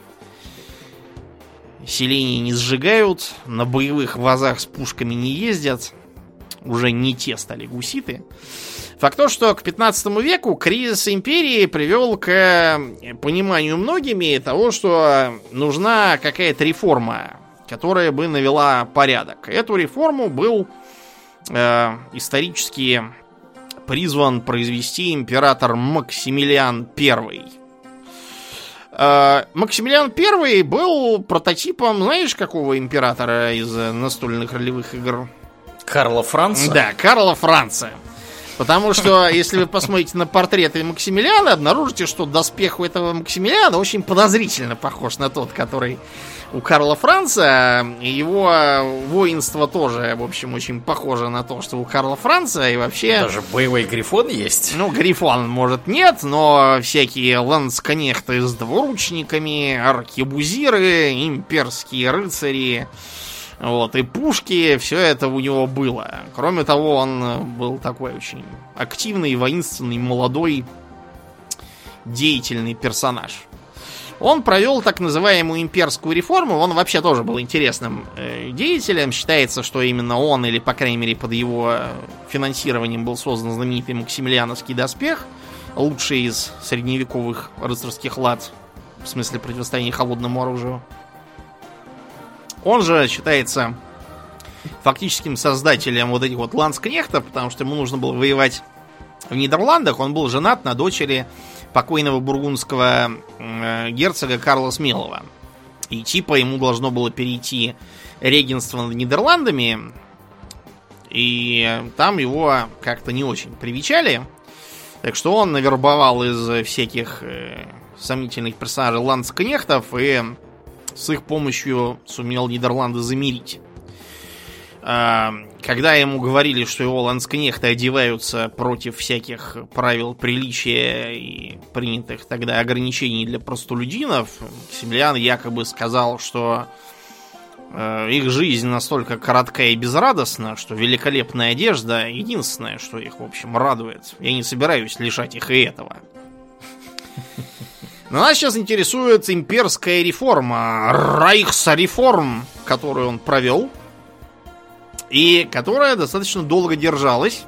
Speaker 2: селения не сжигают, на боевых вазах с пушками не ездят. Уже не те стали гуситы. Факт то, что к 15 веку кризис империи привел к пониманию многими того, что нужна какая-то реформа, которая бы навела порядок. Эту реформу был исторически призван произвести император Максимилиан I. Максимилиан I был прототипом, знаешь, какого императора из настольных ролевых игр?
Speaker 1: Карла Франца?
Speaker 2: Да, Карла Франца. Потому что, если вы посмотрите на портреты Максимилиана, обнаружите, что доспех у этого Максимилиана очень подозрительно похож на тот, который у Карла Франца. И его воинство тоже, в общем, очень похоже на то, что у Карла Франца. И вообще...
Speaker 1: Даже боевой грифон есть?
Speaker 2: Ну, грифон, может, нет, но всякие лансконехты с двуручниками, аркебузиры, имперские рыцари... Вот, и пушки, все это у него было. Кроме того, он был такой очень активный, воинственный, молодой, деятельный персонаж. Он провел так называемую имперскую реформу. Он вообще тоже был интересным деятелем. Считается, что именно он, или, по крайней мере, под его финансированием был создан знаменитый Максимилиановский доспех. Лучший из средневековых рыцарских лад. В смысле противостояния холодному оружию. Он же считается фактическим создателем вот этих вот ланскнехтов, потому что ему нужно было воевать в Нидерландах. Он был женат на дочери покойного бургундского герцога Карла Смелого. И типа ему должно было перейти регенство над Нидерландами. И там его как-то не очень привечали. Так что он навербовал из всяких сомнительных персонажей ланскнехтов и с их помощью сумел Нидерланды замирить. Когда ему говорили, что его ланскнехты одеваются против всяких правил приличия и принятых тогда ограничений для простолюдинов, Максимилиан якобы сказал, что их жизнь настолько коротка и безрадостна, что великолепная одежда единственное, что их, в общем, радует. Я не собираюсь лишать их и этого. Но нас сейчас интересует имперская реформа, Райхсреформ, которую он провел, и которая достаточно долго держалась.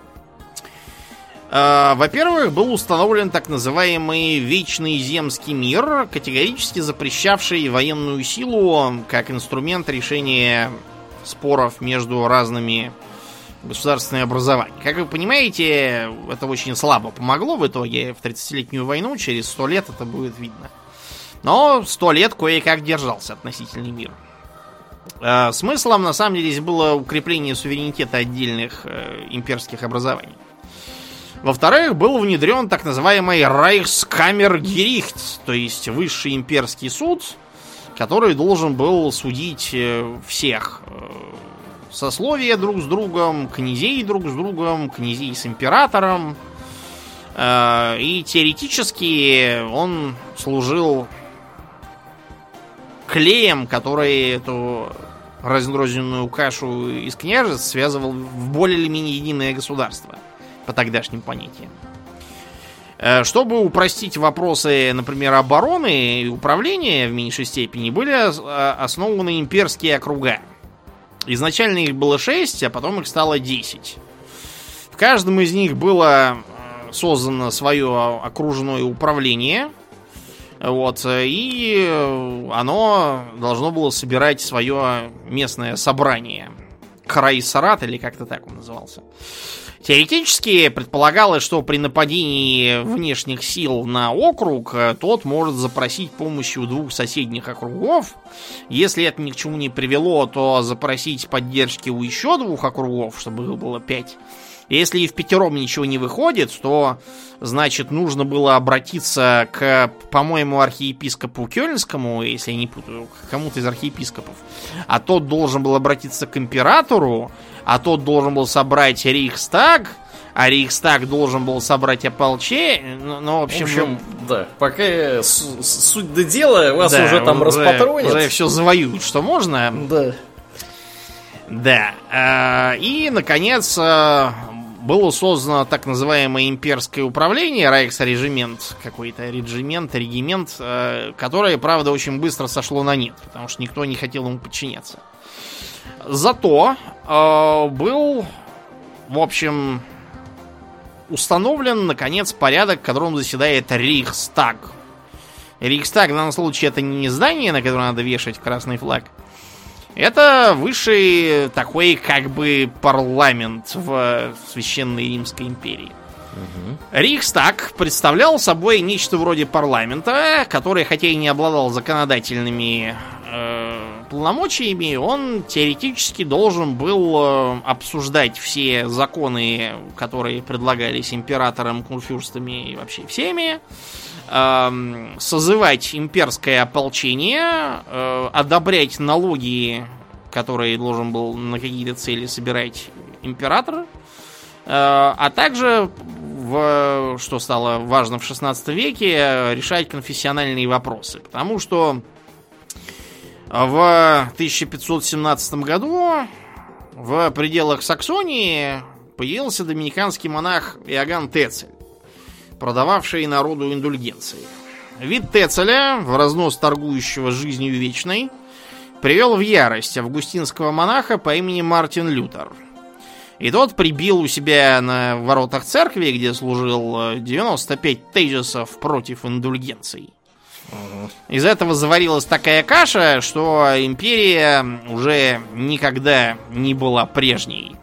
Speaker 2: Во-первых, был установлен так называемый Вечный Земский мир, категорически запрещавший военную силу как инструмент решения споров между разными государственными образованиями. Как вы понимаете, это очень слабо помогло в итоге в 30-летнюю войну. Через 100 лет это будет видно. Но 100 лет кое-как держался относительный мир. Смыслом, на самом деле, здесь было укрепление суверенитета отдельных имперских образований. Во-вторых, был внедрен так называемый Райхскаммергерихт, то есть высший имперский суд, который должен был судить всех сословия друг с другом, князей друг с другом, князей с императором. И теоретически он служил клеем, который эту разрозненную кашу из княжеств связывал в более или менее единое государство по тогдашним понятиям. Чтобы упростить вопросы, например, обороны и управления в меньшей степени, были основаны имперские округа. Изначально их было 6, а потом их стало 10. В каждом из них было создано свое окружное управление. Вот, и оно должно было собирать свое местное собрание. Крайсарат, или как-то так он назывался. Теоретически предполагалось, что при нападении внешних сил на округ тот может запросить помощи у 2 соседних округов. Если это ни к чему не привело, то запросить поддержки у еще 2 округов, чтобы их было 5. Если и в 5 ничего не выходит, то, значит, нужно было обратиться к, по-моему, архиепископу Кёльнскому, если я не путаю, к кому-то из архиепископов. А тот должен был обратиться к императору, а тот должен был собрать Рейхстаг, а Рейхстаг должен был собрать ополчение. Ну, в общем,
Speaker 1: да, пока суть до дела, вас да, уже там распатронят.
Speaker 2: Уже все завоюют, что можно.
Speaker 1: Да.
Speaker 2: Да. И, наконец, было создано так называемое имперское управление, рейхсрегимент, какой-то регимент, которое, правда, очень быстро сошло на нет, потому что никто не хотел ему подчиняться. Зато был, в общем, установлен, наконец, порядок, в котором заседает Рейхстаг. Рейхстаг в данном случае это не здание, на которое надо вешать красный флаг. Это высший такой как бы парламент в Священной Римской империи. Рейхстаг представлял собой нечто вроде парламента, который, хотя и не обладал законодательными полномочиями, он теоретически должен был обсуждать все законы, которые предлагались императором, курфюрстами и вообще всеми, созывать имперское ополчение, одобрять налоги, которые должен был на какие-то цели собирать император, а также, что стало важно в 16 веке, решать конфессиональные вопросы. Потому что в 1517 году в пределах Саксонии появился доминиканский монах Иоганн Тецель, продававший народу индульгенции. Вид Тецеля, в разнос торгующего жизнью вечной, привел в ярость августинского монаха по имени Мартин Лютер. И тот прибил у себя на воротах церкви, где служил, 95 тезисов против индульгенций. Из этого заварилась такая каша, что империя уже никогда не была прежней.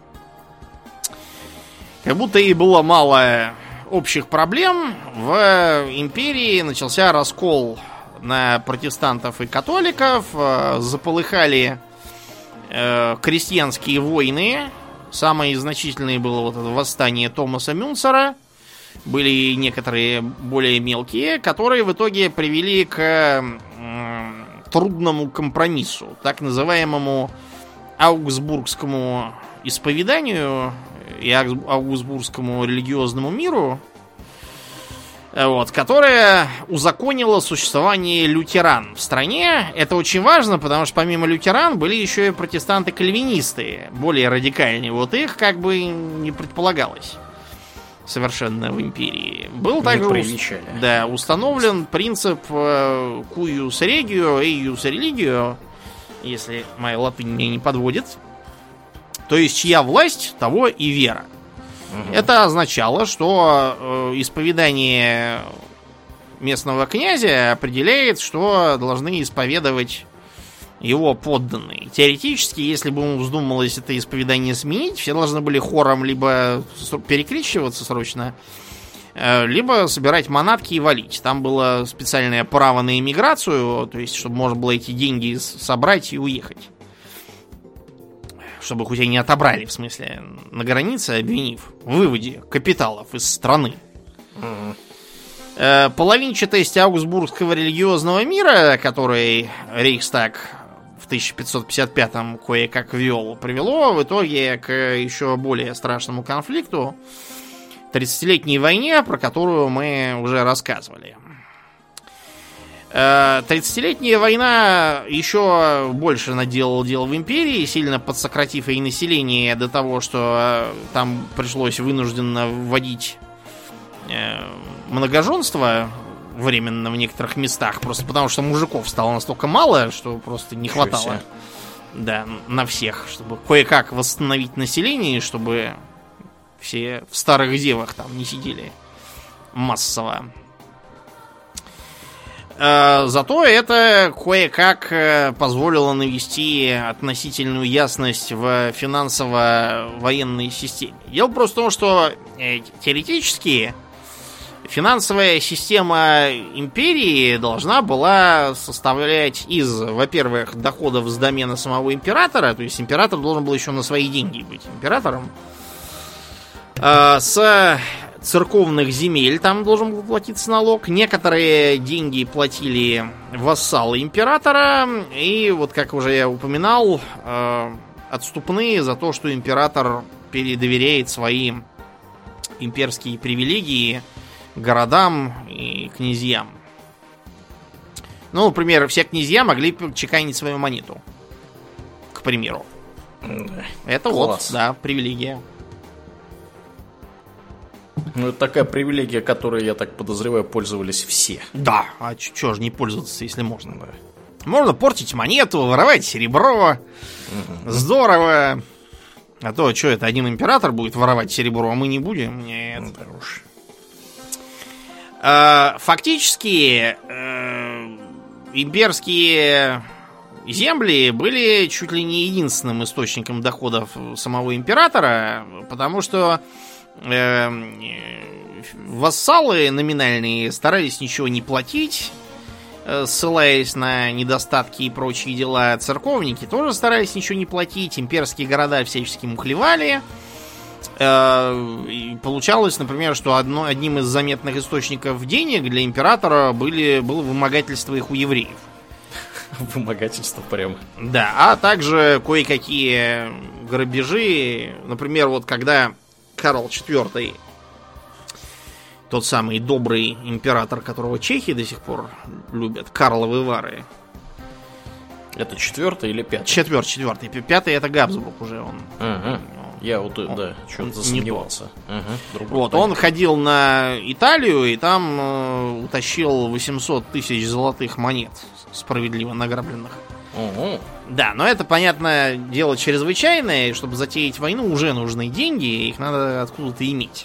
Speaker 2: Как будто и было мало общих проблем, в империи начался раскол на протестантов и католиков, заполыхали крестьянские войны. Самое значительное было вот это восстание Томаса Мюнцера. Были некоторые более мелкие, которые в итоге привели к трудному компромиссу, так называемому Аугсбургскому исповеданию и Аугсбургскому религиозному миру, вот, которое узаконило существование лютеран в стране. Это очень важно, потому что помимо лютеран были еще и протестанты-кальвинисты, более радикальные. Вот их как бы не предполагалось совершенно в империи. Был также установлен принцип cuius regio, eius religio, если моя латынь меня не подводит. То есть, чья власть, того и вера. Это означало, что исповедание местного князя определяет, что должны исповедовать его подданные. Теоретически, если бы ему вздумалось это исповедание сменить, все должны были хором либо перекрещиваться срочно, либо собирать манатки и валить. Там было специальное право на эмиграцию, то есть, чтобы можно было эти деньги собрать и уехать. Чтобы хоть и не отобрали, в смысле, на границе, обвинив в выводе капиталов из страны. Половинчатость Аугсбургского религиозного мира, который Рейхстаг в 1555-м кое-как ввел, привело в итоге к еще более страшному конфликту, 30-летней войне, про которую мы уже рассказывали. 30-летняя война еще больше наделала дел в империи, сильно подсократив и население до того, что там пришлось вынужденно вводить многоженство временно в некоторых местах, просто потому что мужиков стало настолько мало, что просто не хватало, да, на всех, чтобы кое-как восстановить население, чтобы все в старых девах там не сидели массово. Зато это кое-как позволило навести относительную ясность в финансово-военной системе. Дело просто в том, что теоретически финансовая система империи должна была составлять из, во-первых, доходов с домена самого императора, то есть император должен был еще на свои деньги быть императором, с церковных земель там должен был платиться налог. Некоторые деньги платили вассалы императора. И вот, как уже я упоминал, отступные за то, что император передоверяет свои имперские привилегии городам и князьям. Ну, например, все князья могли чеканить свою монету. К примеру. Это класс. Вот, да, привилегия.
Speaker 1: Ну, это такая привилегия, которой, я так подозреваю, пользовались все.
Speaker 2: Да, а чё же не пользоваться, если можно, да. Можно портить монету, воровать серебро. Здорово. А то, что это, один император будет воровать серебро, а мы не будем? Нет. Да уж. Фактически, имперские земли были чуть ли не единственным источником доходов самого императора, потому что вассалы номинальные старались ничего не платить, ссылаясь на недостатки и прочие дела. Церковники тоже старались ничего не платить, имперские города всячески мухлевали. И получалось, например, что одним из заметных источников денег для императора было вымогательство их у евреев.
Speaker 1: Вымогательство прям.
Speaker 2: Да, а также кое-какие грабежи. Например, вот когда Карл IV, тот самый добрый император, которого чехи до сих пор любят, Карловы Вары.
Speaker 1: Это 4-й или 5-й?
Speaker 2: Четвертый. 5-й это Габсбург уже он.
Speaker 1: Ага. Я вот, да, что-то засомневался.
Speaker 2: Вот, он ходил на Италию и там утащил 800 тысяч золотых монет, справедливо награбленных. Да, но это, понятно, дело чрезвычайное, и чтобы затеять войну, уже нужны деньги, их надо откуда-то иметь.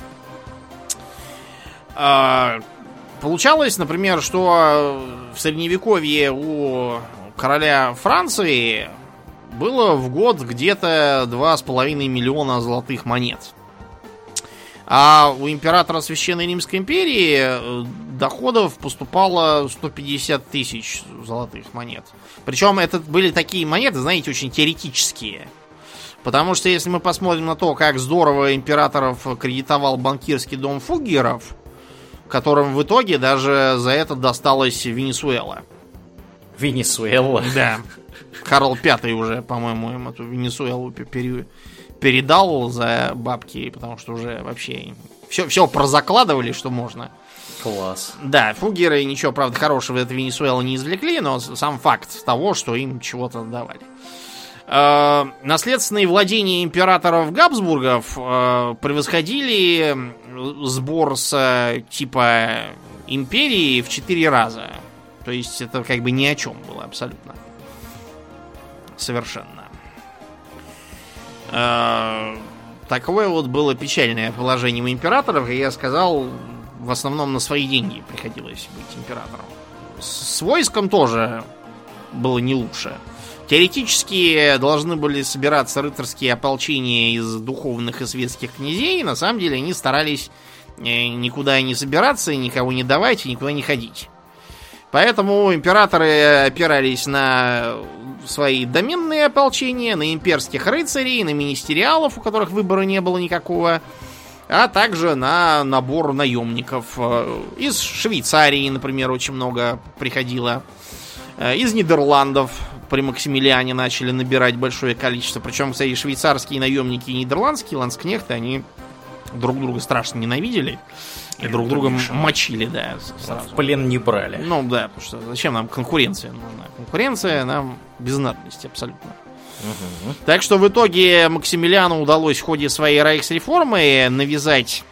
Speaker 2: Получалось, например, что в Средневековье у короля Франции было в год где-то 2,5 миллиона золотых монет. А у императора Священной Римской империи доходов поступало 150 тысяч золотых монет. Причем это были такие монеты, знаете, очень теоретические. Потому что если мы посмотрим на то, как здорово императоров кредитовал банкирский дом Фуггеров, которым в итоге даже за это досталась Венесуэла.
Speaker 1: Венесуэла?
Speaker 2: Да. Карл V уже, по-моему, им эту Венесуэлу передал за бабки, потому что уже вообще все прозакладывали, что можно.
Speaker 1: Класс.
Speaker 2: Да, Фуггеры ничего, правда, хорошего от Венесуэлы не извлекли, но сам факт того, что им чего-то давали. Наследственные владения императоров Габсбургов превосходили сбор с типа империи в 4 раза. То есть это как бы ни о чем было абсолютно. Совершенно. Такое вот было печальное положение у императоров, и я сказал, в основном на свои деньги приходилось быть императором. С войском тоже было не лучше. Теоретически должны были собираться рыцарские ополчения из духовных и светских князей. На самом деле они старались никуда не собираться, никого не давать и никуда не ходить. Поэтому императоры опирались на свои доменные ополчения, на имперских рыцарей, на министериалов, у которых выбора не было никакого, а также на набор наемников. Из Швейцарии, например, очень много приходило. Из Нидерландов при Максимилиане начали набирать большое количество. Причем, кстати, швейцарские наемники и нидерландские ланскнехты, они друг друга страшно ненавидели. И друг друга мочили, да, сразу.
Speaker 1: В плен не брали.
Speaker 2: Ну да, потому что зачем нам конкуренция нужна? Конкуренция нам без надобности абсолютно. Так что в итоге Максимилиану удалось в ходе своей рейхсреформы навязать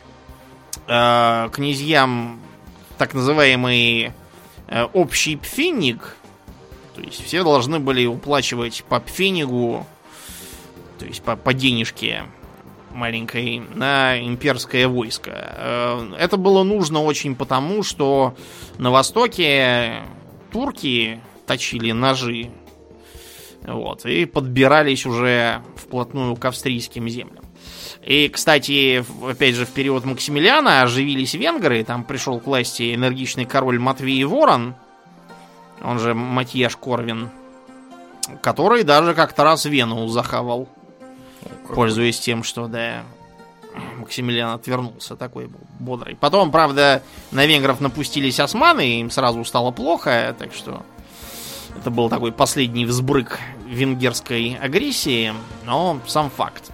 Speaker 2: князьям так называемый общий пфенnig. То есть все должны были уплачивать по пфенигу, то есть по денежке маленькой, на имперское войско. Это было нужно очень потому, что на востоке турки точили ножи, вот, и подбирались уже вплотную к австрийским землям. И, кстати, опять же, в период Максимилиана оживились венгры, там пришел к власти энергичный король Матвей Ворон, он же Матьяш Корвин, который даже как-то раз Вену захавал. Пользуясь тем, что, да, Максимилиан отвернулся, такой был бодрый. Потом, правда, на венгров напустились османы, им сразу стало плохо, так что это был такой последний взбрык венгерской агрессии, но сам факт.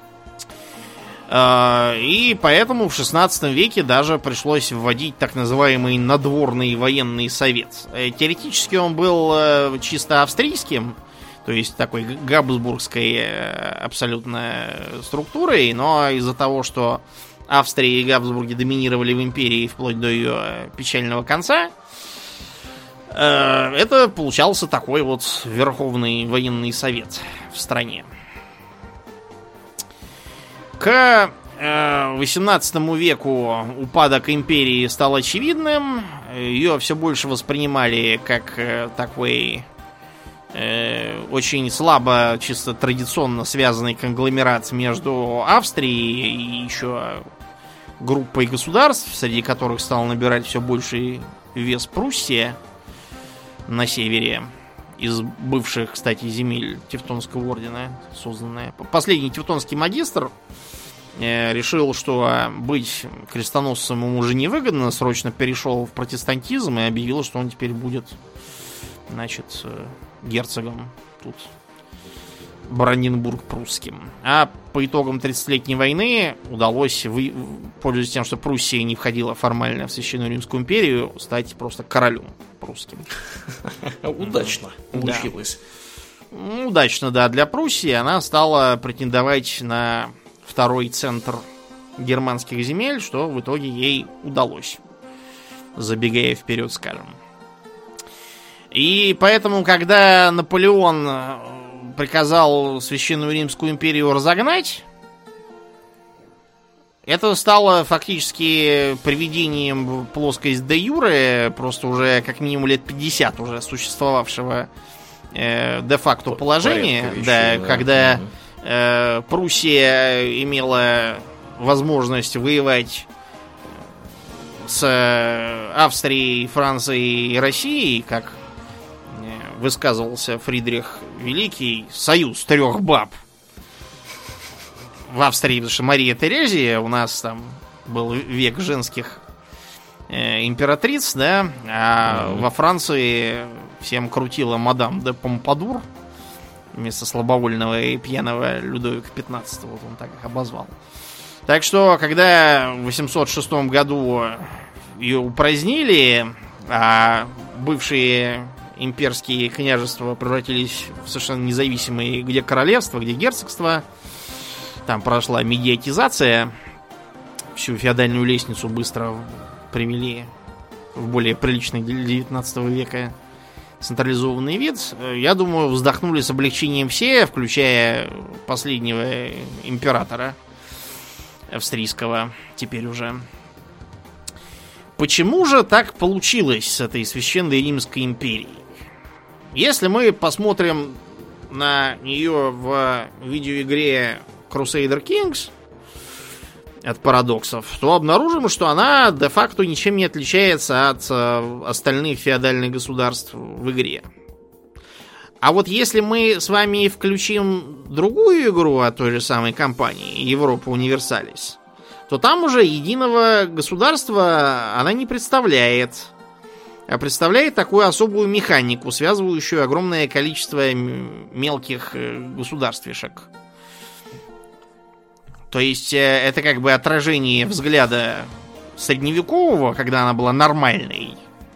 Speaker 2: И поэтому в 16 веке даже пришлось вводить так называемый надворный военный совет. Теоретически он был чисто австрийским, то есть такой габсбургской абсолютно структурой, но из-за того, что Австрия и Габсбурги доминировали в империи вплоть до ее печального конца, это получался такой вот Верховный военный совет в стране. К 18 веку упадок империи стал очевидным, ее все больше воспринимали как такой очень слабо, чисто традиционно связанный конгломерат между Австрией и еще группой государств, среди которых стал набирать все больший вес Пруссия на севере, из бывших, кстати, земель Тевтонского ордена созданная. Последний тевтонский магистр решил, что быть крестоносцем ему уже невыгодно, срочно перешел в протестантизм и объявил, что он теперь будет, значит, герцогом тут Бранденбург прусским. А по итогам 30-летней войны удалось, пользуясь тем, что Пруссия не входила формально в Священную Римскую империю, стать просто королем прусским.
Speaker 1: Удачно получилось.
Speaker 2: Удачно, да, для Пруссии. Она стала претендовать на второй центр германских земель, что в итоге ей удалось. Забегая вперед, скажем. И поэтому, когда Наполеон приказал Священную Римскую империю разогнать, это стало фактически приведением в плоскость де юре, просто уже как минимум лет 50 уже существовавшего де-факто положения, да, когда Пруссия имела возможность воевать с Австрией, Францией и Россией, как высказывался Фридрих Великий, союз трех баб. В Австрии, потому что Мария Терезия, у нас там был век женских императриц, да, а во Франции всем крутила мадам де Помпадур вместо слабовольного и пьяного Людовика XV, вот он так их обозвал. Так что, когда в 806 году ее упразднили, а бывшие имперские княжества превратились в совершенно независимые где королевства, где герцогства, там прошла медиатизация, всю феодальную лестницу быстро привели в более приличный для 19 века централизованный вид. Я думаю, вздохнули с облегчением все, включая последнего императора австрийского теперь уже. Почему же так получилось с этой Священной Римской империей? Если мы посмотрим на нее в видеоигре Crusader Kings от парадоксов, то обнаружим, что она де-факто ничем не отличается от остальных феодальных государств в игре. А вот если мы с вами включим другую игру от той же самой компании, Европа Универсалис, то там уже единого государства она не представляет, а представляет такую особую механику, связывающую огромное количество мелких государствишек. То есть это как бы отражение взгляда средневекового, когда она была нормальной,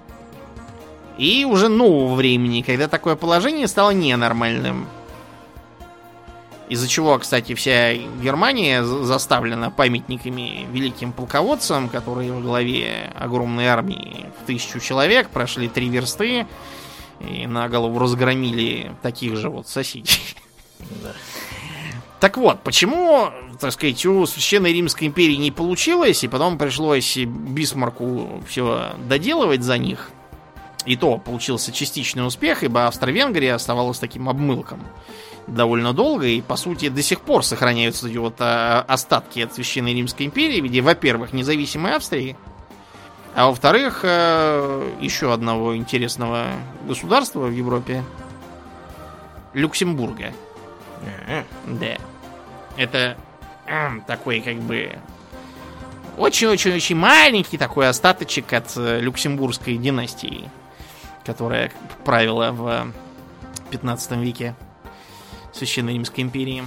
Speaker 2: и уже нового времени, когда такое положение стало ненормальным. Из-за чего, кстати, вся Германия заставлена памятниками великим полководцам, которые во главе огромной армии в 1000 человек прошли 3 версты и на голову разгромили таких же вот соседей. Да. Так вот, почему, так сказать, у Священной Римской империи не получилось, и потом пришлось Бисмарку все доделывать за них. И то получился частичный успех, ибо Австро-Венгрия оставалась таким обмылком довольно долго, и, по сути, до сих пор сохраняются эти вот остатки от Священной Римской империи в виде, во-первых, независимой Австрии, а во-вторых, еще одного интересного государства в Европе — Люксембурга. Да. Это такой, как бы, очень-очень-очень маленький такой остаточек от люксембургской династии, которая правила в 15 веке Священной Римской империи.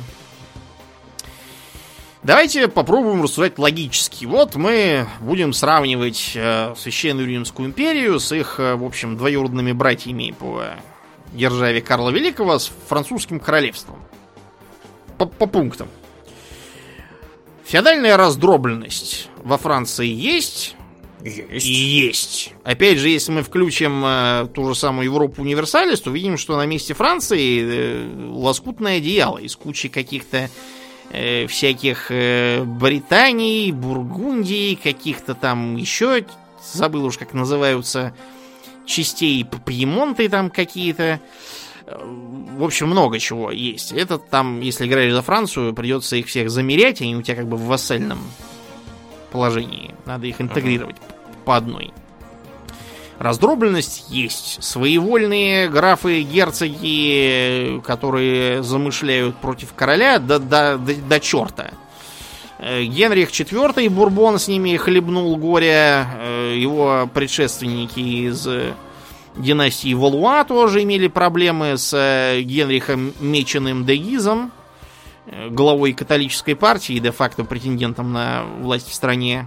Speaker 2: Давайте попробуем рассуждать логически. Вот мы будем сравнивать Священную Римскую империю с их, в общем, двоюродными братьями по державе Карла Великого, с французским королевством. По пунктам. Феодальная раздробленность во Франции есть.
Speaker 1: Есть.
Speaker 2: И есть. Опять же, если мы включим ту же самую Европу Универсалис, то видим, что на месте Франции лоскутное одеяло из кучи каких-то всяких Британий, Бургундии, каких-то там еще, забыл уж как называются, частей Пьемонты там какие-то. В общем, много чего есть. Это там, если играешь за Францию, придется их всех замерять, они у тебя как бы в вассальном положении. Надо их интегрировать по одной. Раздробленность есть. Своевольные графы-герцоги, которые замышляют против короля, до черта. Генрих IV Бурбон с ними хлебнул горе. Его предшественники из династии Валуа тоже имели проблемы с Генрихом Меченым де Гизом, главой католической партии и де-факто претендентом на власть в стране.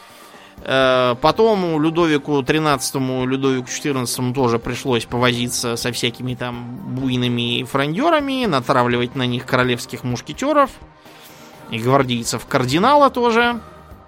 Speaker 2: Потом Людовику XIII, Людовику XIV тоже пришлось повозиться со всякими там буйными фрондерами, натравливать на них королевских мушкетеров и гвардейцев кардинала тоже.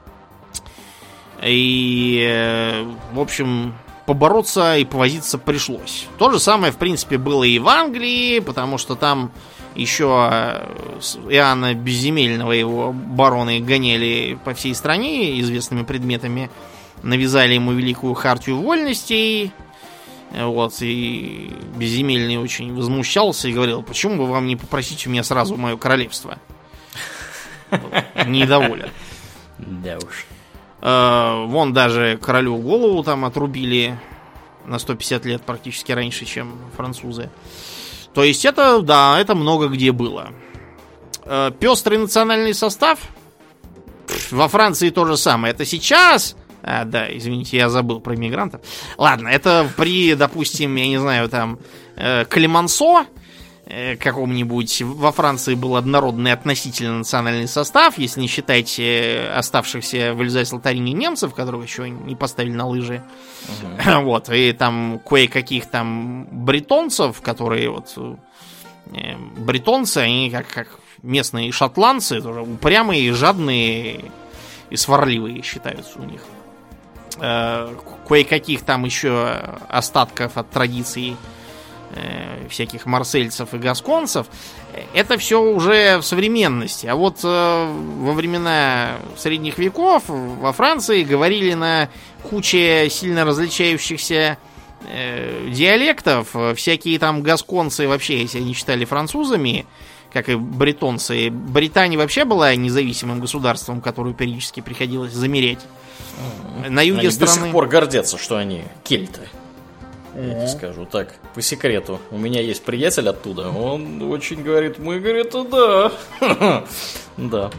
Speaker 2: И, в общем, побороться и повозиться пришлось. То же самое, в принципе, было и в Англии, потому что там еще Иоанна Безземельного, его бароны гоняли по всей стране известными предметами, навязали ему великую хартию вольностей. Вот, и Безземельный очень возмущался и говорил: почему бы вам не попросить у меня сразу мое королевство? Недоволен.
Speaker 1: Да уж.
Speaker 2: Вон даже королю голову там отрубили на 150 лет практически раньше, чем французы. То есть это, да, это много где было. Пестрый национальный состав. Во Франции то же самое. Это сейчас... да, извините, я забыл про иммигрантов. Ладно, это при, допустим, я не знаю, там, Клемансо каком-нибудь. Во Франции был однородный относительно национальный состав, если не считать оставшихся в Эльзасе-Лотарине немцев, которых еще не поставили на лыжи. Вот, и там кое-каких там бретонцев, которые вот... Бретонцы, они как местные шотландцы, тоже упрямые, жадные и сварливые считаются у них. Кое-каких там еще остатков от традиций всяких марсельцев и гасконцев. Это все уже в современности. А вот во времена средних веков во Франции говорили на куче сильно различающихся диалектов. Всякие там гасконцы вообще, если они считали французами, как и бретонцы. Британия вообще была независимым государством, которое периодически приходилось замерять. На юге
Speaker 1: они
Speaker 2: страны...
Speaker 1: до сих пор гордятся, что они кельты. Я тебе скажу так, по секрету. У меня есть приятель оттуда. Он очень говорит: мы, говорит, да. Да.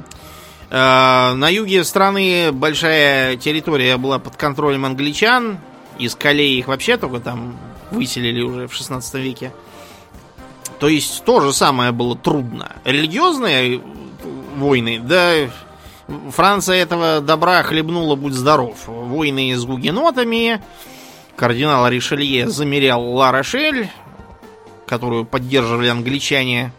Speaker 2: На юге страны большая территория была под контролем англичан. Из Кале их вообще только там выселили уже в 16 веке. То есть то же самое было трудно. Религиозные войны, да, Франция этого добра хлебнула, будь здоров. Войны с гугенотами. Кардинал Ришелье замерял Ла-Рошель, которую поддерживали англичане.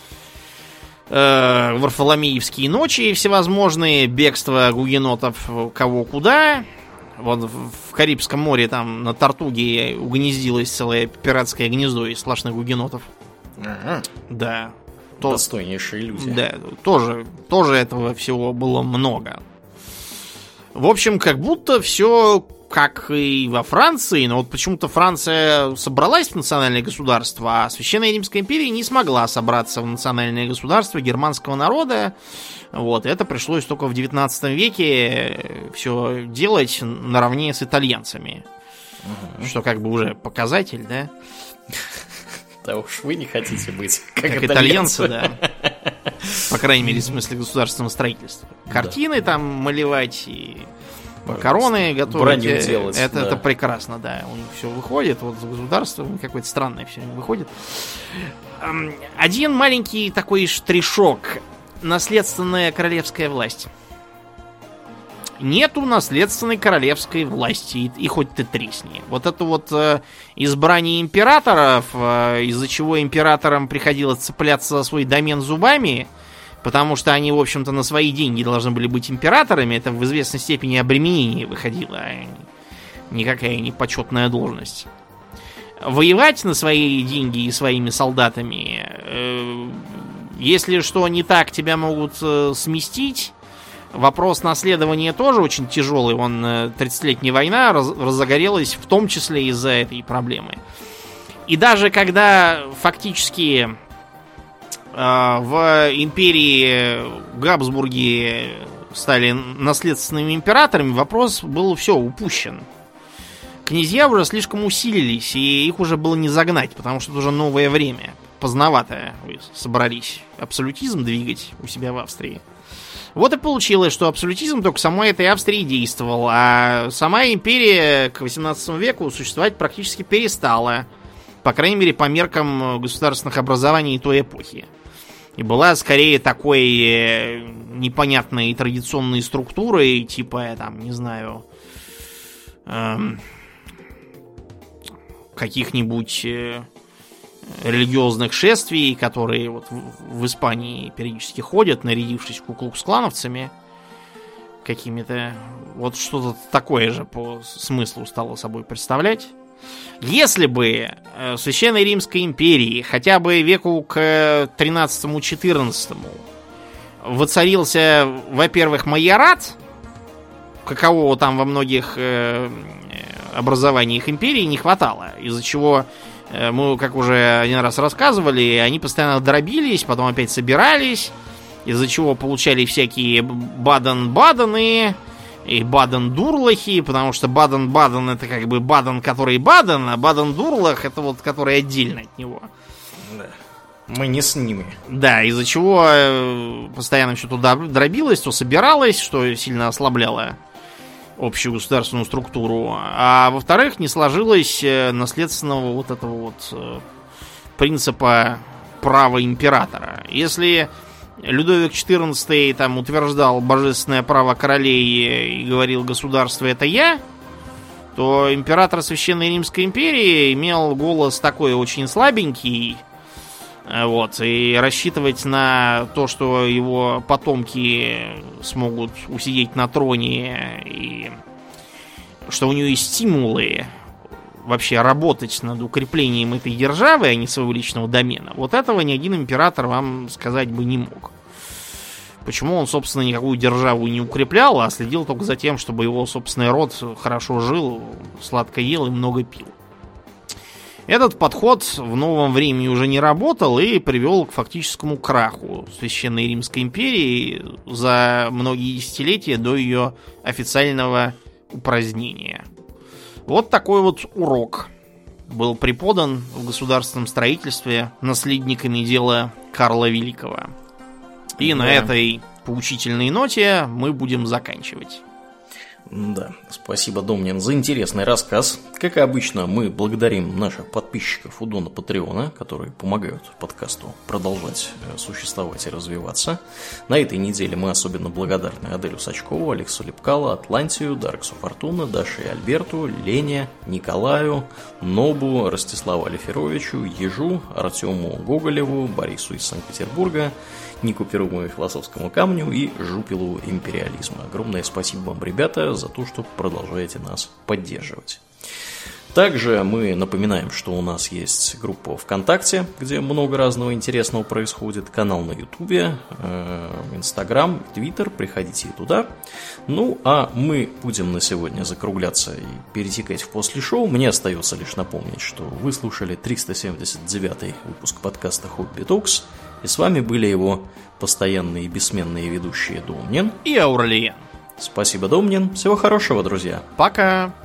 Speaker 2: Варфоломеевские ночи всевозможные, бегство гугенотов кого куда. Вот в Карибском море там на Тартуге угнездилось целое пиратское гнездо из сплошных гугенотов.
Speaker 1: Ага.
Speaker 2: Да.
Speaker 1: Достойнейшие люди.
Speaker 2: Да, тоже этого всего было много. В общем, как будто все как и во Франции, но вот почему-то Франция собралась в национальное государство, а Священная Римская империя не смогла собраться в национальное государство германского народа. Вот, это пришлось только в 19 веке все делать наравне с итальянцами. Что как бы уже показатель, да?
Speaker 1: Да уж вы не хотите быть
Speaker 2: как итальянцы, да. По крайней мере, в смысле государственного строительства. Картины там малевать и макароны готовить.
Speaker 1: Делать,
Speaker 2: это прекрасно, да. У них все выходит. Вот за государством какое-то странное все выходит. Один маленький такой штришок. Наследственная королевская власть. Нету наследственной королевской власти, и хоть ты тресни. Вот это вот избрание императоров, из-за чего императорам приходилось цепляться за свой домен зубами, потому что они, в общем-то, на свои деньги должны были быть императорами, это в известной степени обременение выходило, а никакая не почетная должность. Воевать на свои деньги и своими солдатами, если что не так, тебя могут сместить. Вопрос наследования тоже очень тяжелый. 30-летняя война разогорелась в том числе из-за этой проблемы. И даже когда фактически в империи Габсбурги стали наследственными императорами, вопрос был все упущен. Князья уже слишком усилились, и их уже было не загнать, потому что это уже новое время. Поздновато вы собрались абсолютизм двигать у себя в Австрии. Вот и получилось, что абсолютизм только в самой этой Австрии действовал, а сама империя к 18 веку существовать практически перестала. По крайней мере, по меркам государственных образований той эпохи. И была скорее такой непонятной традиционной структурой, типа, там, не знаю, каких-нибудь религиозных шествий, которые вот в Испании периодически ходят, нарядившись куклукс-клановцами какими-то. Вот что-то такое же по смыслу стало собой представлять. Если бы в Священной Римской империи хотя бы веку к 13-14 воцарился, во-первых, майорат, какового там во многих образованиях империи не хватало, из-за чего мы, как уже один раз рассказывали, они постоянно дробились, потом опять собирались, из-за чего получали всякие Баден-Бадены и Баден-Дурлахи, потому что Баден-Баден это как бы Баден, который Баден, а Баден-Дурлах это вот который отдельно от него.
Speaker 1: Да. Мы не с ними.
Speaker 2: Да, из-за чего постоянно все туда дробилось, то собиралось, что сильно ослабляло общую государственную структуру. А во-вторых, не сложилось наследственного вот этого вот принципа права императора. Если Людовик XIV там утверждал божественное право королей и говорил: государство это я, то император Священной Римской империи имел голос такой очень слабенький, вот, и рассчитывать на то, что его потомки смогут усидеть на троне и что у него есть стимулы вообще работать над укреплением этой державы, а не своего личного домена, вот этого ни один император вам сказать бы не мог. Почему он, собственно, никакую державу не укреплял, а следил только за тем, чтобы его собственный род хорошо жил, сладко ел и много пил. Этот подход в новом времени уже не работал и привел к фактическому краху Священной Римской империи за многие десятилетия до ее официального упразднения. Вот такой вот урок был преподан в государственном строительстве наследниками дела Карла Великого. И на этой поучительной ноте мы будем заканчивать.
Speaker 1: Да, спасибо, Домнин, за интересный рассказ. Как и обычно, мы благодарим наших подписчиков у Дона Патреона, которые помогают подкасту продолжать существовать и развиваться. На этой неделе мы особенно благодарны Аделю Сачкову, Алексу Лепкало, Атлантию, Дарксу Фортуна, Даше и Альберту, Лене, Николаю, Нобу, Ростиславу Алиферовичу, Ежу, Артему Гоголеву, Борису из Санкт-Петербурга, Нику Перуму и Философскому камню и Жупилу империализма. Огромное спасибо вам, ребята, за то, что продолжаете нас поддерживать. Также мы напоминаем, что у нас есть группа ВКонтакте, где много разного интересного происходит, канал на Ютубе, Инстаграм, Твиттер, приходите и туда. Ну, а мы будем на сегодня закругляться и перетекать в после шоу. Мне остается лишь напомнить, что вы слушали 379-й выпуск подкаста Хобби Токс, и с вами были его постоянные и бессменные ведущие Домнин
Speaker 2: и Ауралиен.
Speaker 1: Спасибо, Домнин. Всего хорошего, друзья.
Speaker 2: Пока.